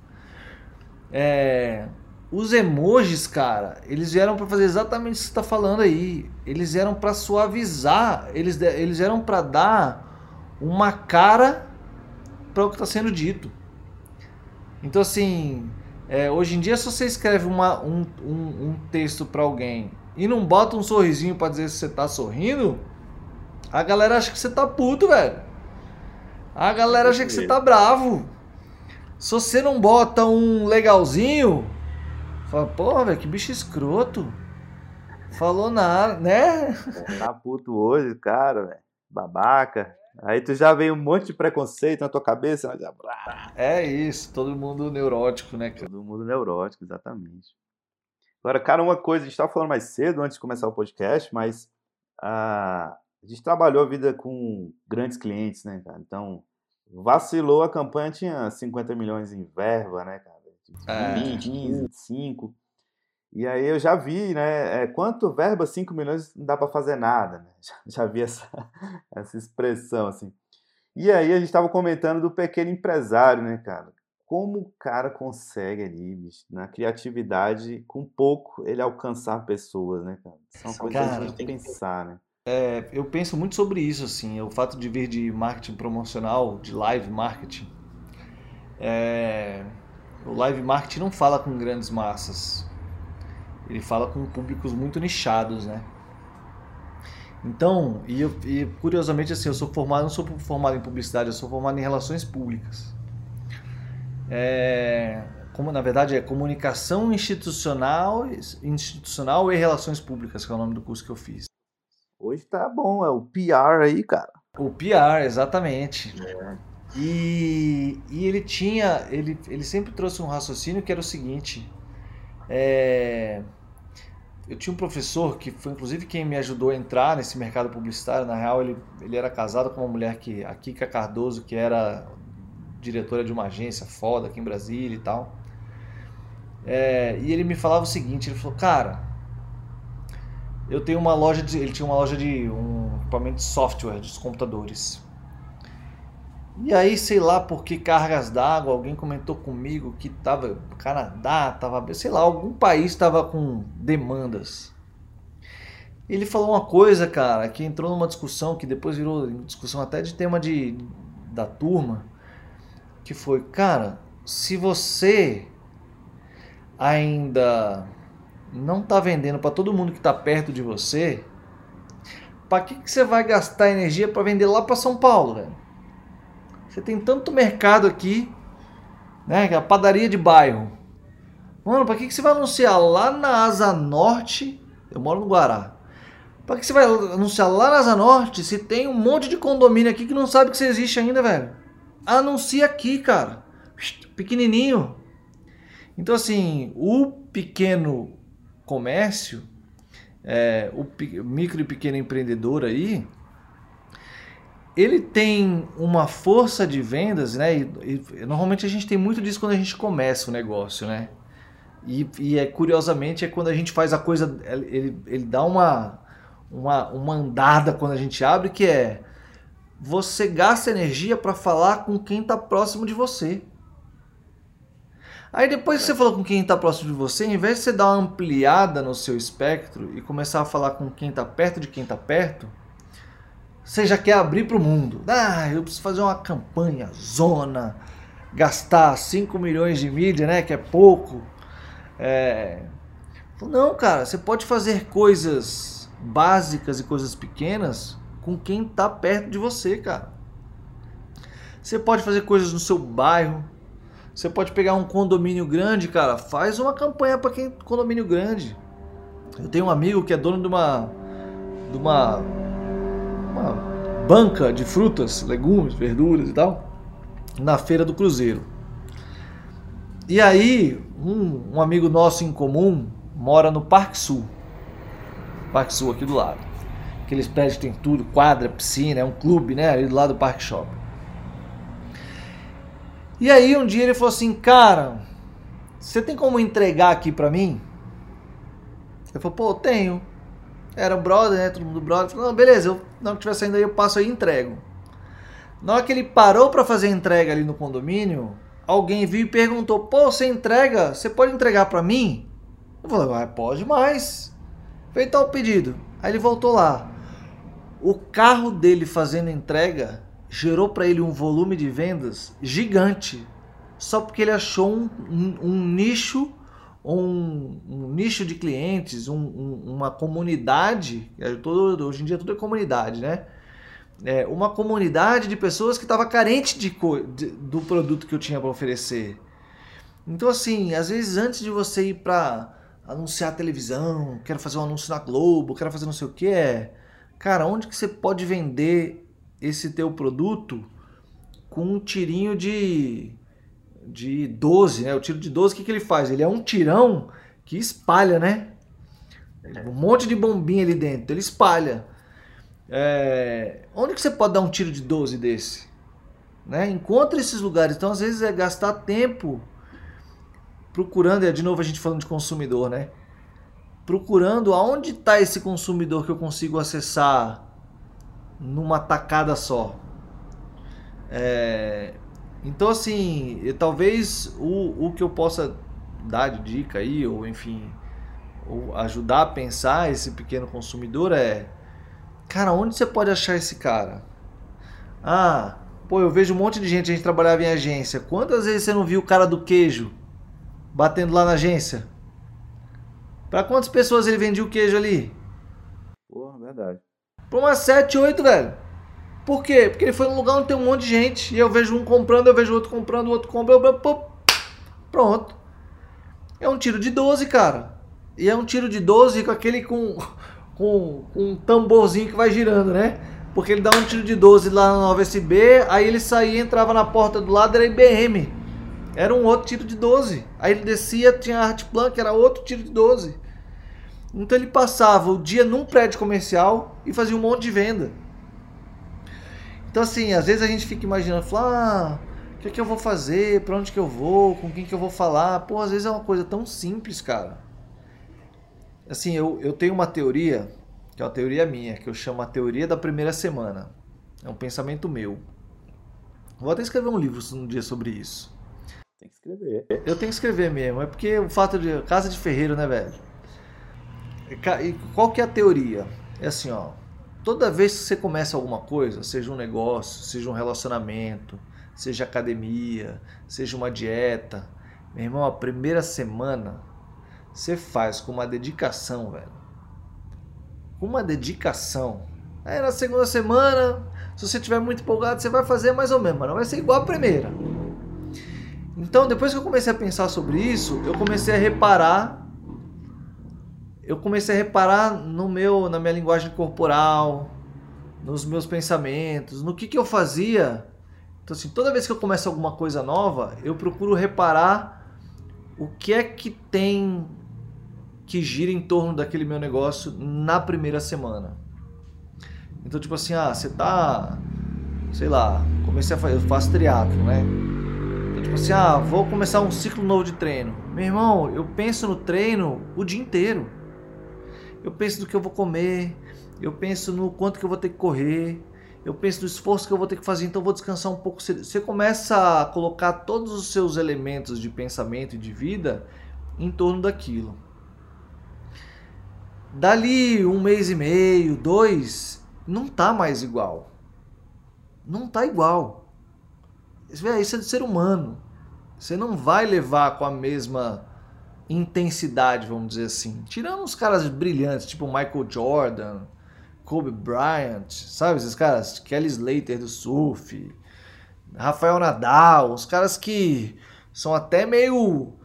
Os emojis, cara, eles vieram para fazer exatamente o que você está falando aí. Eles vieram para suavizar, eles vieram para dar uma cara para o que está sendo dito. Então, assim, hoje em dia, se você escreve um texto para alguém e não bota um sorrisinho para dizer se você tá sorrindo, a galera acha que você tá puto, velho. A galera acha que você tá bravo. Se você não bota um legalzinho, fala, porra, velho, que bicho escroto. Falou nada, né? Tá puto hoje, cara, velho. Babaca. Aí tu já veio um monte de preconceito na tua cabeça. Mas já... É isso, todo mundo neurótico, né? Todo mundo neurótico, exatamente. Agora, cara, uma coisa, a gente estava falando mais cedo, antes de começar o podcast, mas a gente trabalhou a vida com grandes clientes, né, cara? Então, vacilou, a campanha tinha 50 milhões em verba, né, cara? 20, 15, 5. E aí eu já vi, né? Quanto verba 5 milhões não dá para fazer nada, né? Já vi essa expressão, assim. E aí a gente estava comentando do pequeno empresário, né, cara? Como o cara consegue ali, bicho, na criatividade, com pouco, ele alcançar pessoas, né, cara? São coisas que a Cara, gente tem que pensar, né? eu penso muito sobre isso, assim, o fato de vir de marketing promocional, de live marketing. O live marketing não fala com grandes massas, ele fala com públicos muito nichados, né? Então, e curiosamente assim, não sou formado em publicidade, eu sou formado em relações públicas. Como na verdade é comunicação institucional e relações públicas, que é o nome do curso que eu fiz. Hoje tá bom, é o PR aí, cara. O PR, exatamente. E ele sempre trouxe um raciocínio que era o seguinte. Eu tinha um professor que foi inclusive quem me ajudou a entrar nesse mercado publicitário. Na real, ele era casado com uma mulher, a Kika Cardoso, que era diretora de uma agência foda aqui em Brasília e tal. E ele me falava o seguinte, ele falou, cara, ele tinha uma loja de um equipamento de software dos computadores. E aí, sei lá por que cargas d'água, alguém comentou comigo que tava no Canadá, sei lá, algum país tava com demandas. Ele falou uma coisa, cara, que entrou numa discussão, que depois virou discussão até de tema da turma, que foi, cara, se você ainda não tá vendendo para todo mundo que tá perto de você, para que você vai gastar energia para vender lá para São Paulo, velho? Você tem tanto mercado aqui, né? Que é a padaria de bairro. Mano, pra que você vai anunciar lá na Asa Norte? Eu moro no Guará. Pra que você vai anunciar lá na Asa Norte se tem um monte de condomínio aqui que não sabe que você existe ainda, velho? Anuncia aqui, cara. Pequenininho. Então, assim, o pequeno comércio, o micro e pequeno empreendedor aí, ele tem uma força de vendas, né? E normalmente a gente tem muito disso quando a gente começa o negócio, né? Curiosamente quando a gente faz a coisa, ele dá uma andada quando a gente abre, que você gasta energia para falar com quem está próximo de você. Aí depois que você falou com quem está próximo de você, em vez de você dar uma ampliada no seu espectro e começar a falar com quem está perto de quem está perto, você já quer abrir para o mundo. Eu preciso fazer uma campanha zona, gastar 5 milhões de mídia, né, que é pouco. Não, cara, você pode fazer coisas básicas e coisas pequenas com quem está perto de você, cara. Você pode fazer coisas no seu bairro. Você pode pegar um condomínio grande, cara, faz uma campanha para quem condomínio grande. Eu tenho um amigo que é dono de uma banca de frutas, legumes, verduras e tal, na Feira do Cruzeiro. E aí, um amigo nosso em comum mora no Parque Sul aqui do lado. Aqueles prédios que tem tudo, quadra, piscina, é um clube, né, ali do lado do Parque Shopping. E aí um dia ele falou assim, cara, você tem como entregar aqui pra mim? Eu falei, pô, tenho. Era um brother, né? Todo mundo brother. Falei, não, beleza, na hora que estiver saindo aí eu passo aí e entrego. Na hora que ele parou pra fazer a entrega ali no condomínio, alguém viu e perguntou, pô, você pode entregar pra mim? Eu falei, pode mais. Feito o pedido. Aí ele voltou lá. O carro dele fazendo entrega gerou pra ele um volume de vendas gigante. Só porque ele achou um nicho, um nicho de clientes, uma comunidade, hoje em dia tudo é comunidade, né? Uma comunidade de pessoas que estava carente do produto que eu tinha para oferecer. Então assim, às vezes antes de você ir para anunciar a televisão, quero fazer um anúncio na Globo, quero fazer não sei o que, cara, onde que você pode vender esse teu produto com um tirinho de 12, né? O tiro de 12, o que ele faz? Ele é um tirão que espalha, né? Um monte de bombinha ali dentro, ele espalha. Onde que você pode dar um tiro de 12 desse? Né? Encontra esses lugares. Então, às vezes, gastar tempo procurando, de novo a gente falando de consumidor, né? procurando aonde está esse consumidor que eu consigo acessar numa tacada só. Então, assim, talvez o que eu possa dar de dica aí, ou enfim, ou ajudar a pensar esse pequeno consumidor cara, onde você pode achar esse cara? Eu vejo um monte de gente, a gente trabalhava em agência. Quantas vezes você não viu o cara do queijo batendo lá na agência? Pra quantas pessoas ele vendia o queijo ali? Porra, verdade. Pra umas 7, 8, velho. Por quê? Porque ele foi num lugar onde tem um monte de gente. E eu vejo um comprando, eu vejo outro comprando, o outro compra. Pronto. É um tiro de 12, cara. E é um tiro de 12 com aquele com um tamborzinho que vai girando, né? Porque ele dá um tiro de 12 lá na USB, aí ele saía, entrava na porta do lado, era IBM. Era um outro tiro de 12. Aí ele descia, tinha Art Blanc, era outro tiro de 12. Então ele passava o dia num prédio comercial e fazia um monte de venda. Então assim, às vezes a gente fica imaginando, o que é que eu vou fazer, pra onde que eu vou, com quem que eu vou falar. Pô, às vezes é uma coisa tão simples, cara. Assim, eu tenho uma teoria, que é uma teoria minha, que eu chamo a teoria da primeira semana. É um pensamento meu. Vou até escrever um livro um dia sobre isso. Tem que escrever. Eu tenho que escrever mesmo, é porque o fato de casa de ferreiro, né, velho? E qual que é a teoria? É assim, ó. Toda vez que você começa alguma coisa, seja um negócio, seja um relacionamento, seja academia, seja uma dieta, meu irmão, a primeira semana você faz com uma dedicação, velho. Com uma dedicação. Aí na segunda semana, se você estiver muito empolgado, você vai fazer mais ou menos, mas não vai ser igual a primeira. Então, depois que eu comecei a pensar sobre isso, eu comecei a reparar na minha linguagem corporal, nos meus pensamentos, no que eu fazia. Então, assim, toda vez que eu começo alguma coisa nova, eu procuro reparar o que é que tem que gira em torno daquele meu negócio na primeira semana. Então, tipo assim, você tá, sei lá, eu faço triatlo, né? Então, tipo assim, vou começar um ciclo novo de treino. Meu irmão, eu penso no treino o dia inteiro. Eu penso no que eu vou comer, eu penso no quanto que eu vou ter que correr, eu penso no esforço que eu vou ter que fazer, então eu vou descansar um pouco. Você começa a colocar todos os seus elementos de pensamento e de vida em torno daquilo. Dali 1 mês e meio, 2, não tá mais igual. Não tá igual. Isso é de ser humano. Você não vai levar com a mesma intensidade, vamos dizer assim. Tirando uns caras brilhantes, tipo Michael Jordan, Kobe Bryant, sabe esses caras? Kelly Slater do surf, Rafael Nadal, os caras que são até meio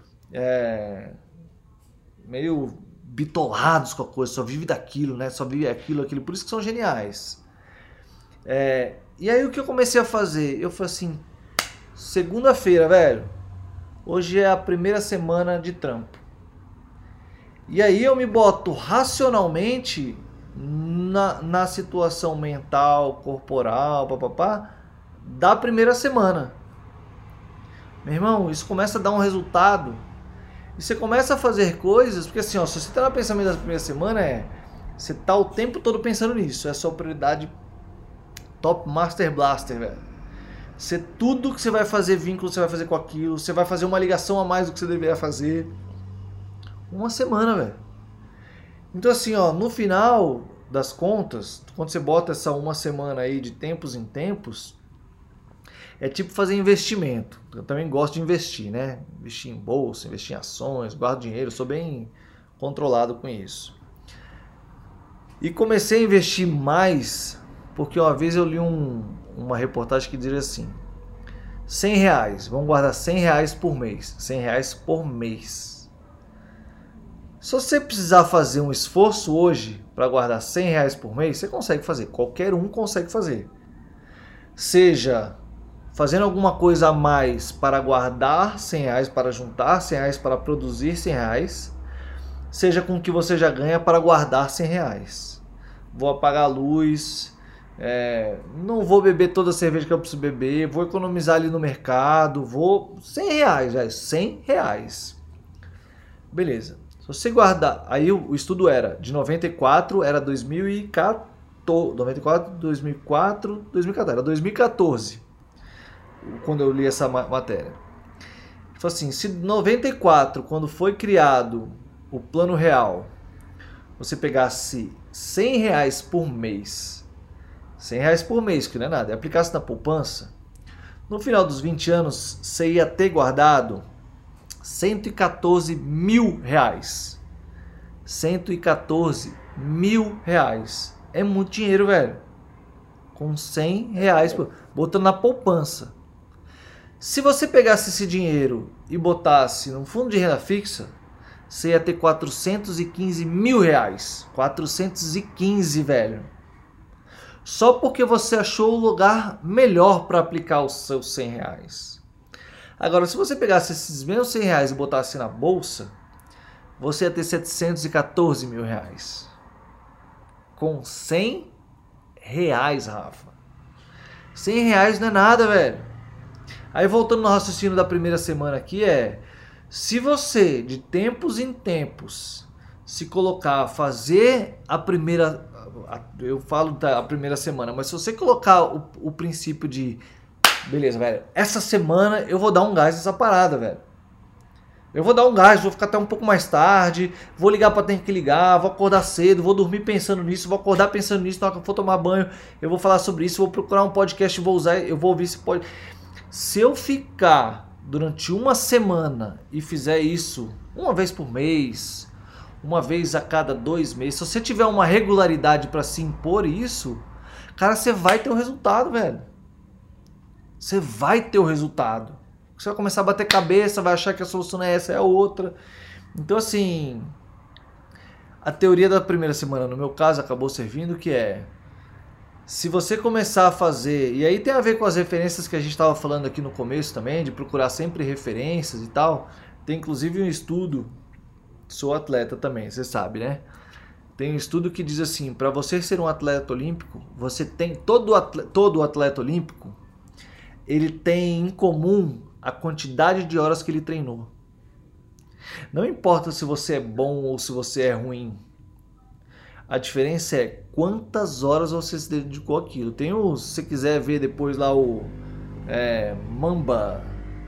bitolados com a coisa, só vive daquilo, né? Só vive aquilo, por isso que são geniais. E aí o que eu comecei a fazer? Eu falei assim, segunda-feira, velho, hoje é a primeira semana de trampo. E aí eu me boto racionalmente na situação mental, corporal, da primeira semana. Meu irmão, isso começa a dar um resultado. E você começa a fazer coisas, porque assim, se você tá no pensamento da primeira semana, você tá o tempo todo pensando nisso. É a sua prioridade top master blaster, velho. Tudo que você vai fazer vínculo, você vai fazer com aquilo. Você vai fazer uma ligação a mais do que você deveria fazer. Uma semana, velho. Então assim, no final das contas, quando você bota essa uma semana aí de tempos em tempos, é tipo fazer investimento. Eu também gosto de investir, né? Investir em bolsa, investir em ações, guardo dinheiro, sou bem controlado com isso. E comecei a investir mais, porque uma vez eu li uma reportagem que dizia assim, R$100, vamos guardar R$100 por mês, R$100 por mês. Se você precisar fazer um esforço hoje para guardar R$100 por mês, você consegue fazer, qualquer um consegue fazer. Seja fazendo alguma coisa a mais para guardar R$100, para juntar R$100, para produzir R$100, seja com o que você já ganha para guardar R$100. Vou apagar a luz, não vou beber toda a cerveja que eu preciso beber, vou economizar ali no mercado, R$100, R$100. Beleza. você guardar... Aí o estudo era de 94, era 2014... 94, 2004, 2014. Era 2014, quando eu li essa matéria. Ele falou assim, se 94, quando foi criado o Plano Real, você pegasse R$100 por mês, R$100 por mês, que não é nada, e aplicasse na poupança, no final dos 20 anos, você ia ter guardado R$114 mil. R$114 mil. É muito dinheiro, velho. Com R$100, botando na poupança. Se você pegasse esse dinheiro e botasse num fundo de renda fixa, você ia ter R$415 mil. 415, velho. Só porque você achou o lugar melhor para aplicar os seus R$100. Agora, se você pegasse esses mesmos R$100 e botasse na bolsa, você ia ter R$714 mil. Com R$100, Rafa. R$100 não é nada, velho. Aí voltando no raciocínio da primeira semana aqui se você, de tempos em tempos, se colocar a fazer a primeira... Eu falo da primeira semana, mas se você colocar o princípio de... Beleza, velho. Essa semana eu vou dar um gás nessa parada, velho. Eu vou dar um gás, vou ficar até um pouco mais tarde, vou ligar para ter que ligar, vou acordar cedo, vou dormir pensando nisso, vou acordar pensando nisso, na hora que eu for tomar banho, eu vou falar sobre isso, vou procurar um podcast, vou usar, eu vou ouvir esse podcast. Se eu ficar durante uma semana e fizer isso uma vez por mês, uma vez a cada 2 meses, se você tiver uma regularidade para se impor isso, cara, você vai ter o resultado, velho. Você vai ter o resultado. Você vai começar a bater cabeça, vai achar que a solução é essa, é a outra. Então, assim, a teoria da primeira semana, no meu caso, acabou servindo, que se você começar a fazer, e aí tem a ver com as referências que a gente estava falando aqui no começo também, de procurar sempre referências e tal. Tem inclusive um estudo, sou atleta também, você sabe, né? Tem um estudo que diz assim, para você ser um atleta olímpico, você tem, todo atleta olímpico, ele tem em comum a quantidade de horas que ele treinou. Não importa se você é bom ou se você é ruim. A diferença é quantas horas você se dedicou àquilo. Tem se você quiser ver depois lá o Mamba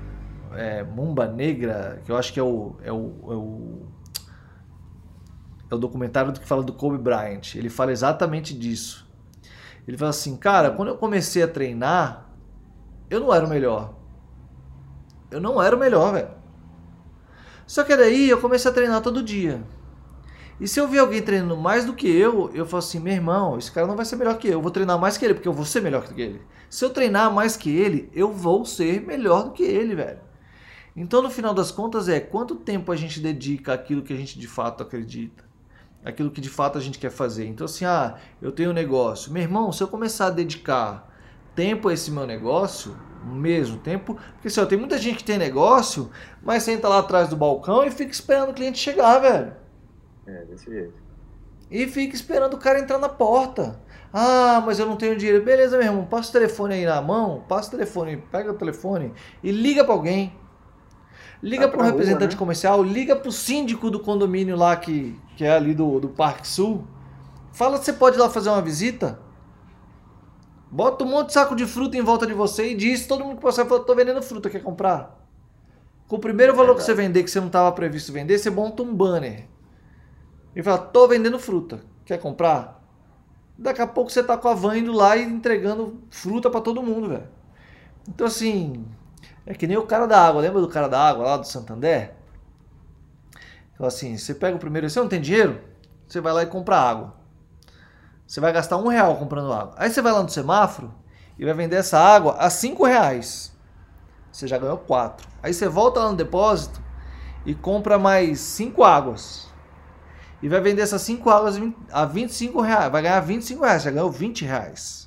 Negra, que eu acho que é o documentário que fala do Kobe Bryant. Ele fala exatamente disso. Ele fala assim, cara, quando eu comecei a treinar, eu não era o melhor. Eu não era o melhor, velho. Só que daí eu comecei a treinar todo dia. E se eu ver alguém treinando mais do que eu falo assim, meu irmão, esse cara não vai ser melhor que eu vou treinar mais que ele, porque eu vou ser melhor que ele. Se eu treinar mais que ele, eu vou ser melhor do que ele, velho. Então, no final das contas, quanto tempo a gente dedica àquilo que a gente de fato acredita. Aquilo que de fato a gente quer fazer. Então, assim, eu tenho um negócio. Meu irmão, se eu começar a dedicar tempo a esse meu negócio, mesmo tempo, porque assim, tem muita gente que tem negócio, mas senta lá atrás do balcão e fica esperando o cliente chegar, velho. Desse jeito. E fica esperando o cara entrar na porta. Mas eu não tenho dinheiro. Beleza, meu irmão, passa o telefone aí na mão, passa o telefone, pega o telefone e liga pra alguém. Liga para um representante comercial, liga pro síndico do condomínio lá que é ali do Parque Sul. Fala que você pode ir lá fazer uma visita. Bota um monte de saco de fruta em volta de você e diz, todo mundo que passar fala, tô vendendo fruta, quer comprar? Com o primeiro valor que você vender, que você não estava previsto vender, você monta um banner. E fala, tô vendendo fruta, quer comprar? Daqui a pouco você tá com a van indo lá e entregando fruta para todo mundo, velho. Então assim, é que nem o cara da água, lembra do cara da água lá do Santander? Então assim, você pega o primeiro, você não tem dinheiro? Você vai lá e compra água. Você vai gastar R$1 comprando água. Aí você vai lá no semáforo e vai vender essa água a R$5. Você já ganhou 4. Aí você volta lá no depósito e compra mais 5 águas. E vai vender essas 5 águas a R$25. Vai ganhar R$25. Já ganhou R$20.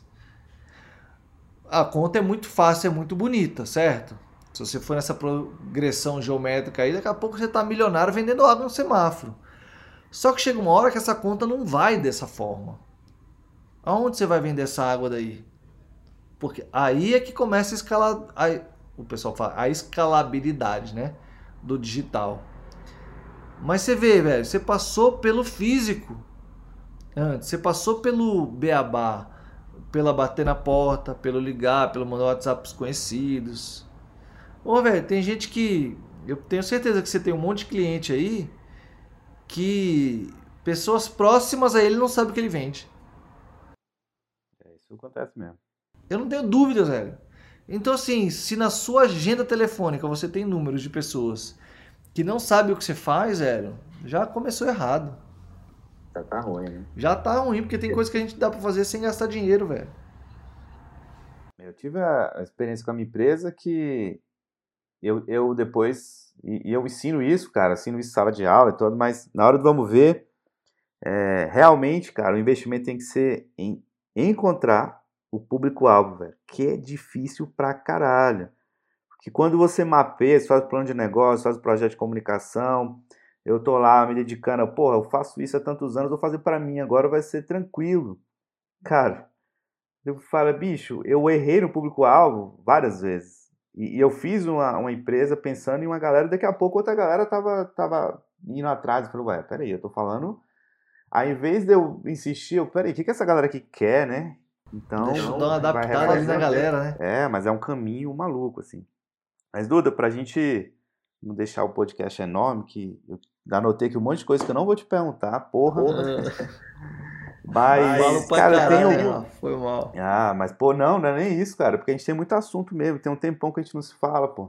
A conta é muito fácil, é muito bonita, certo? Se você for nessa progressão geométrica aí, daqui a pouco você está milionário vendendo água no semáforo. Só que chega uma hora que essa conta não vai dessa forma. Aonde você vai vender essa água daí? Porque aí é que começa a escalar, o pessoal fala, a escalabilidade, né, do digital. Mas você vê, velho, você passou pelo físico antes, você passou pelo beabá, pela bater na porta, pelo ligar, pelo mandar WhatsApp pros conhecidos. Ô, velho, tem gente que... Eu tenho certeza que você tem um monte de cliente aí que pessoas próximas a ele não sabem o que ele vende. Isso acontece mesmo. Eu não tenho dúvidas, velho. Então, assim, se na sua agenda telefônica você tem números de pessoas que não sabem o que você faz, velho, já começou errado. Já tá ruim, né? Já tá ruim, porque tem coisa que a gente dá pra fazer sem gastar dinheiro, velho. Eu tive a experiência com a minha empresa que eu depois... E eu ensino isso, cara. Ensino isso em sala de aula e tudo, mas na hora do vamos ver, realmente, cara, o investimento tem que ser em encontrar o público-alvo, velho. Que é difícil pra caralho. Porque quando você mapeia, você faz o plano de negócio, faz o projeto de comunicação... Eu tô lá me dedicando, porra, eu faço isso há tantos anos, vou fazer pra mim, agora vai ser tranquilo. Cara, eu falo, bicho, eu errei no público-alvo várias vezes. E eu fiz uma empresa pensando em uma galera, daqui a pouco outra galera tava indo atrás. Eu falei, ué, peraí, eu tô falando... Aí, em vez de eu insistir, peraí, o que essa galera aqui quer, né? Então, deixa eu dar uma adaptada ali na galera, né? Mas é um caminho maluco, assim. Mas, Duda, pra gente não deixar o podcast enorme, que eu anotei aqui um monte de coisa que eu não vou te perguntar, porra. Mas, cara, foi mal. Ah, mas, pô, não é nem isso, cara, porque a gente tem muito assunto mesmo, tem um tempão que a gente não se fala, pô.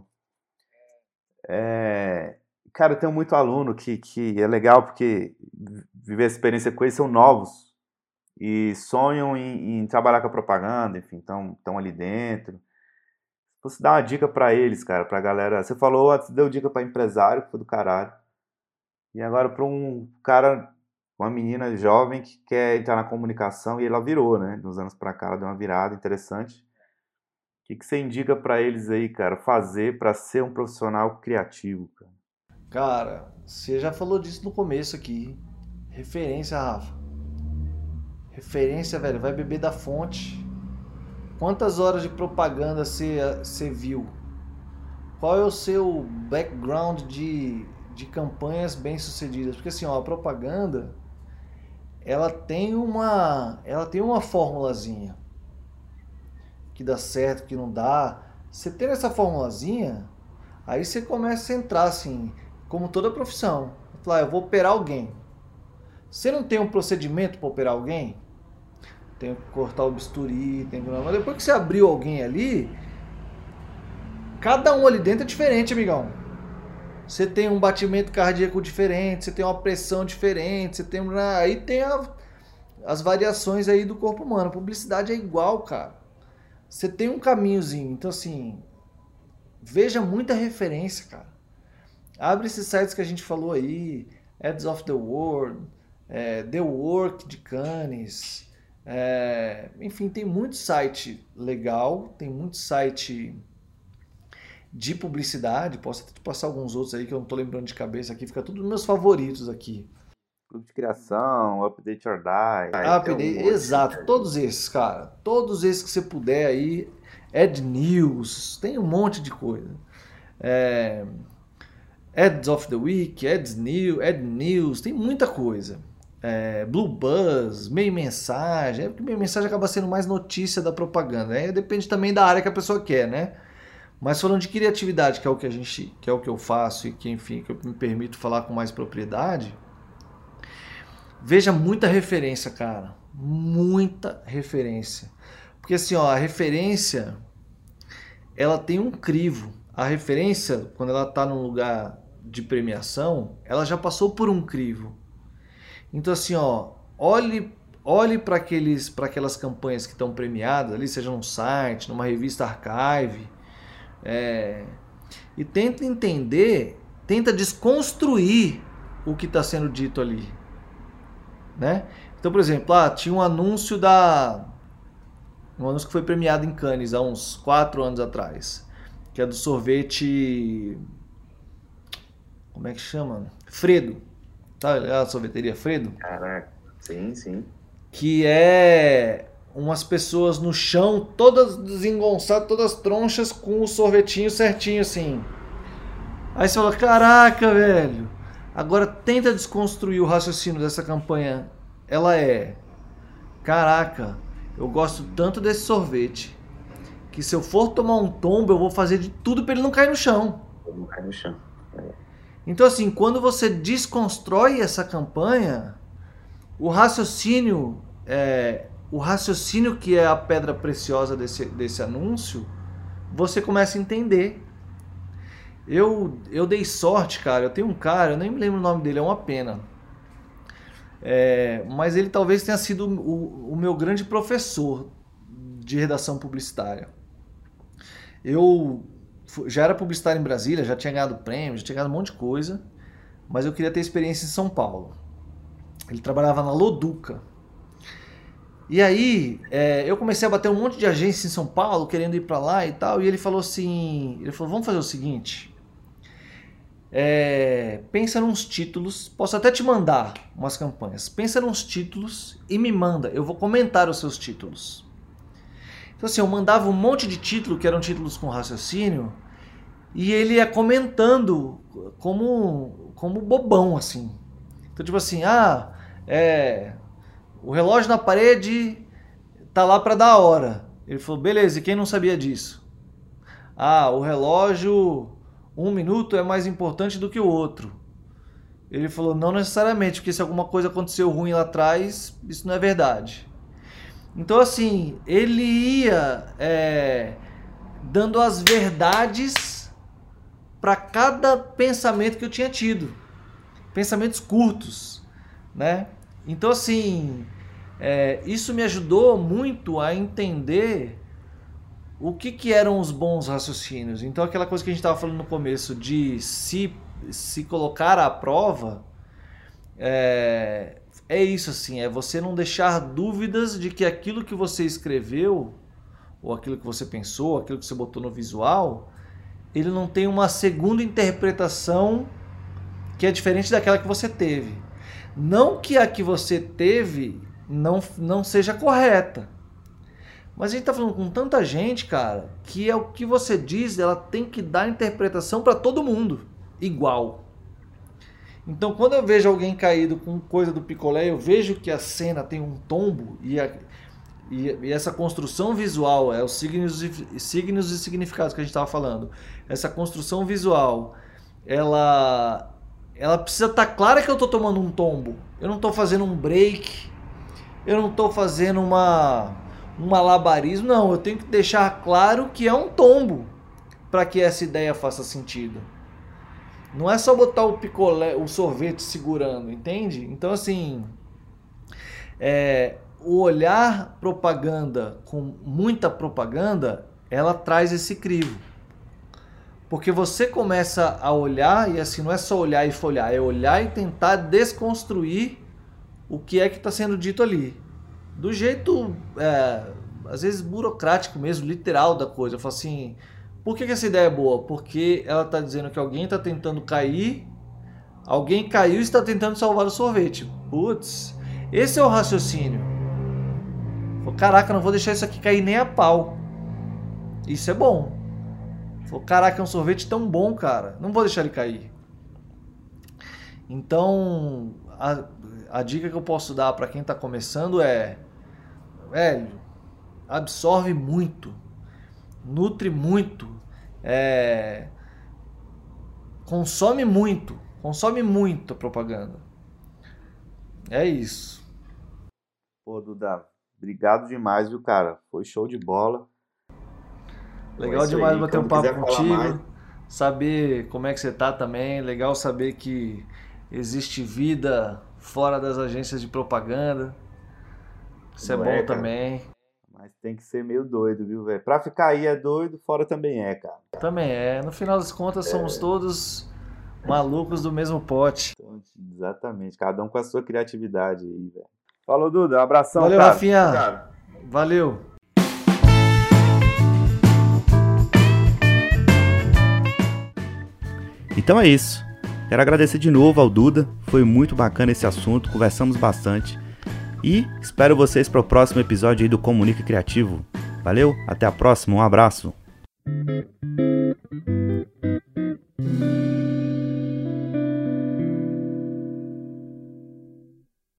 Cara, eu tenho muito aluno que é legal, porque viver a experiência com eles, são novos e sonham em trabalhar com a propaganda, enfim, estão ali dentro. Você dá uma dica pra eles, cara, pra galera. Você falou, você deu dica pra empresário, que foi do caralho. E agora pra um cara, uma menina jovem que quer entrar na comunicação, e ela virou, né? De uns anos pra cá, ela deu uma virada interessante. O que você indica pra eles aí, cara, fazer pra ser um profissional criativo, cara? Cara, você já falou disso no começo aqui. Referência, Rafa. Referência, velho, vai beber da fonte. Quantas horas de propaganda você viu? Qual é o seu background de campanhas bem-sucedidas? Porque assim, ó, a propaganda, ela tem uma formulazinha que dá certo, que não dá. Você tendo essa formulazinha, aí você começa a entrar assim, como toda profissão. Falar, eu vou operar alguém. Você não tem um procedimento para operar alguém? Tem que cortar o bisturi, mas depois que você abriu alguém ali, cada um ali dentro é diferente, amigão. Você tem um batimento cardíaco diferente, você tem uma pressão diferente, você tem aí tem as variações aí do corpo humano. A publicidade é igual, cara. Você tem um caminhozinho, então assim, veja muita referência, cara. Abre esses sites que a gente falou aí, Ads of the World, The Work de Cannes. Enfim, tem muito site legal, tem muito site de publicidade. Posso até te passar alguns outros aí que eu não tô lembrando de cabeça aqui, fica tudo nos meus favoritos aqui. Clube de Criação, Update or Die. Exato, todos esses, cara. Todos esses que você puder aí. Ad News, tem um monte de coisa. Ads of the Week, Ad News, tem muita coisa. Blue Buzz, Meio Mensagem, porque Meio Mensagem acaba sendo mais notícia da propaganda, né? Depende também da área que a pessoa quer, né? Mas falando de criatividade, que é o que eu faço e que, enfim, que eu me permito falar com mais propriedade, veja muita referência, cara, muita referência, porque assim, ó, a referência, ela tem um crivo. A referência, quando ela está num lugar de premiação, ela já passou por um crivo. Então assim, ó, olhe para aquelas campanhas que estão premiadas ali, seja num site, numa revista Archive, e tenta entender, tenta desconstruir o que está sendo dito ali, né? Então, por exemplo, tinha um anúncio que foi premiado em Cannes há uns 4 anos atrás, que é do sorvete, como é que chama? Fredo. Sabe a sorveteria Fredo? Caraca, sim. Que é umas pessoas no chão, todas desengonçadas, todas tronchas, com o sorvetinho certinho assim. Aí você fala, caraca, velho, Agora tenta desconstruir o raciocínio dessa campanha. Ela é: caraca, eu gosto tanto desse sorvete que se eu for tomar um tombo, eu vou fazer de tudo para ele não cair no chão. Não cair no chão. Então, assim, quando você desconstrói essa campanha, o raciocínio que é a pedra preciosa desse anúncio, você começa a entender. Eu dei sorte, cara. Eu tenho um cara, eu nem me lembro o nome dele, é uma pena. Mas ele talvez tenha sido o meu grande professor de redação publicitária. Eu já era publicitário em Brasília, já tinha ganhado prêmio, já tinha ganhado um monte de coisa, mas eu queria ter experiência em São Paulo. Ele trabalhava na Loduca. E aí, eu comecei a bater um monte de agência em São Paulo, querendo ir pra lá e tal, e ele falou assim, vamos fazer o seguinte, pensa nos títulos, posso até te mandar umas campanhas, pensa nos títulos e me manda, eu vou comentar os seus títulos. Então assim, eu mandava um monte de títulos que eram títulos com raciocínio, e ele ia comentando como bobão, assim. Então tipo assim, o relógio na parede tá lá para dar a hora. Ele falou, beleza, e quem não sabia disso? O relógio 1 minuto é mais importante do que o outro. Ele falou, não necessariamente, porque se alguma coisa aconteceu ruim lá atrás, isso não é verdade. Então assim, ele ia dando as verdades para cada pensamento que eu tinha tido. Pensamentos curtos, né? Então assim, isso me ajudou muito a entender o que eram os bons raciocínios. Então aquela coisa que a gente estava falando no começo de se colocar à prova, é isso assim, é você não deixar dúvidas de que aquilo que você escreveu, ou aquilo que você pensou, aquilo que você botou no visual, ele não tem uma segunda interpretação que é diferente daquela que você teve. Não que a que você teve não seja correta. Mas a gente tá falando com tanta gente, cara, que é o que você diz, ela tem que dar interpretação para todo mundo, igual. Então quando eu vejo alguém caído com coisa do picolé, eu vejo que a cena tem um tombo e essa construção visual, os signos e significados que a gente estava falando, essa construção visual, ela precisa estar clara que eu estou tomando um tombo. Eu não estou fazendo um break, eu não estou fazendo um malabarismo, não. Eu tenho que deixar claro que é um tombo para que essa ideia faça sentido. Não é só botar o picolé, o sorvete segurando, entende? Então assim, o olhar propaganda com muita propaganda, ela traz esse crivo. Porque você começa a olhar, e assim, não é só olhar e folhear, é olhar e tentar desconstruir o que é que está sendo dito ali. Do jeito, às vezes, burocrático mesmo, literal da coisa. Eu falo assim, por que essa ideia é boa? Porque ela está dizendo que alguém está tentando cair, alguém caiu e está tentando salvar o sorvete. Putz, esse é o raciocínio. Caraca, não vou deixar isso aqui cair nem a pau. Isso é bom. Caraca, é um sorvete tão bom, cara. Não vou deixar ele cair. Então, a dica que eu posso dar para quem está começando é... Velho, absorve muito. Nutre muito. Consome muito. Consome muito a propaganda. É isso. Pô, Duda, obrigado demais, viu, cara? Foi show de bola. Legal demais bater um papo contigo, saber como é que você tá também, legal saber que existe vida fora das agências de propaganda, isso é bom também. Mas tem que ser meio doido, viu, velho? Pra ficar aí é doido, fora também é, cara. Também é, no final das contas somos todos malucos do mesmo pote. Então, exatamente, cada um com a sua criatividade aí, velho. Falou, Duda, um abração, valeu, cara. Rafinha, cara. Valeu. Então é isso. Quero agradecer de novo ao Duda. Foi muito bacana esse assunto, conversamos bastante. E espero vocês para o próximo episódio aí do Comunica Criativo. Valeu, até a próxima, um abraço.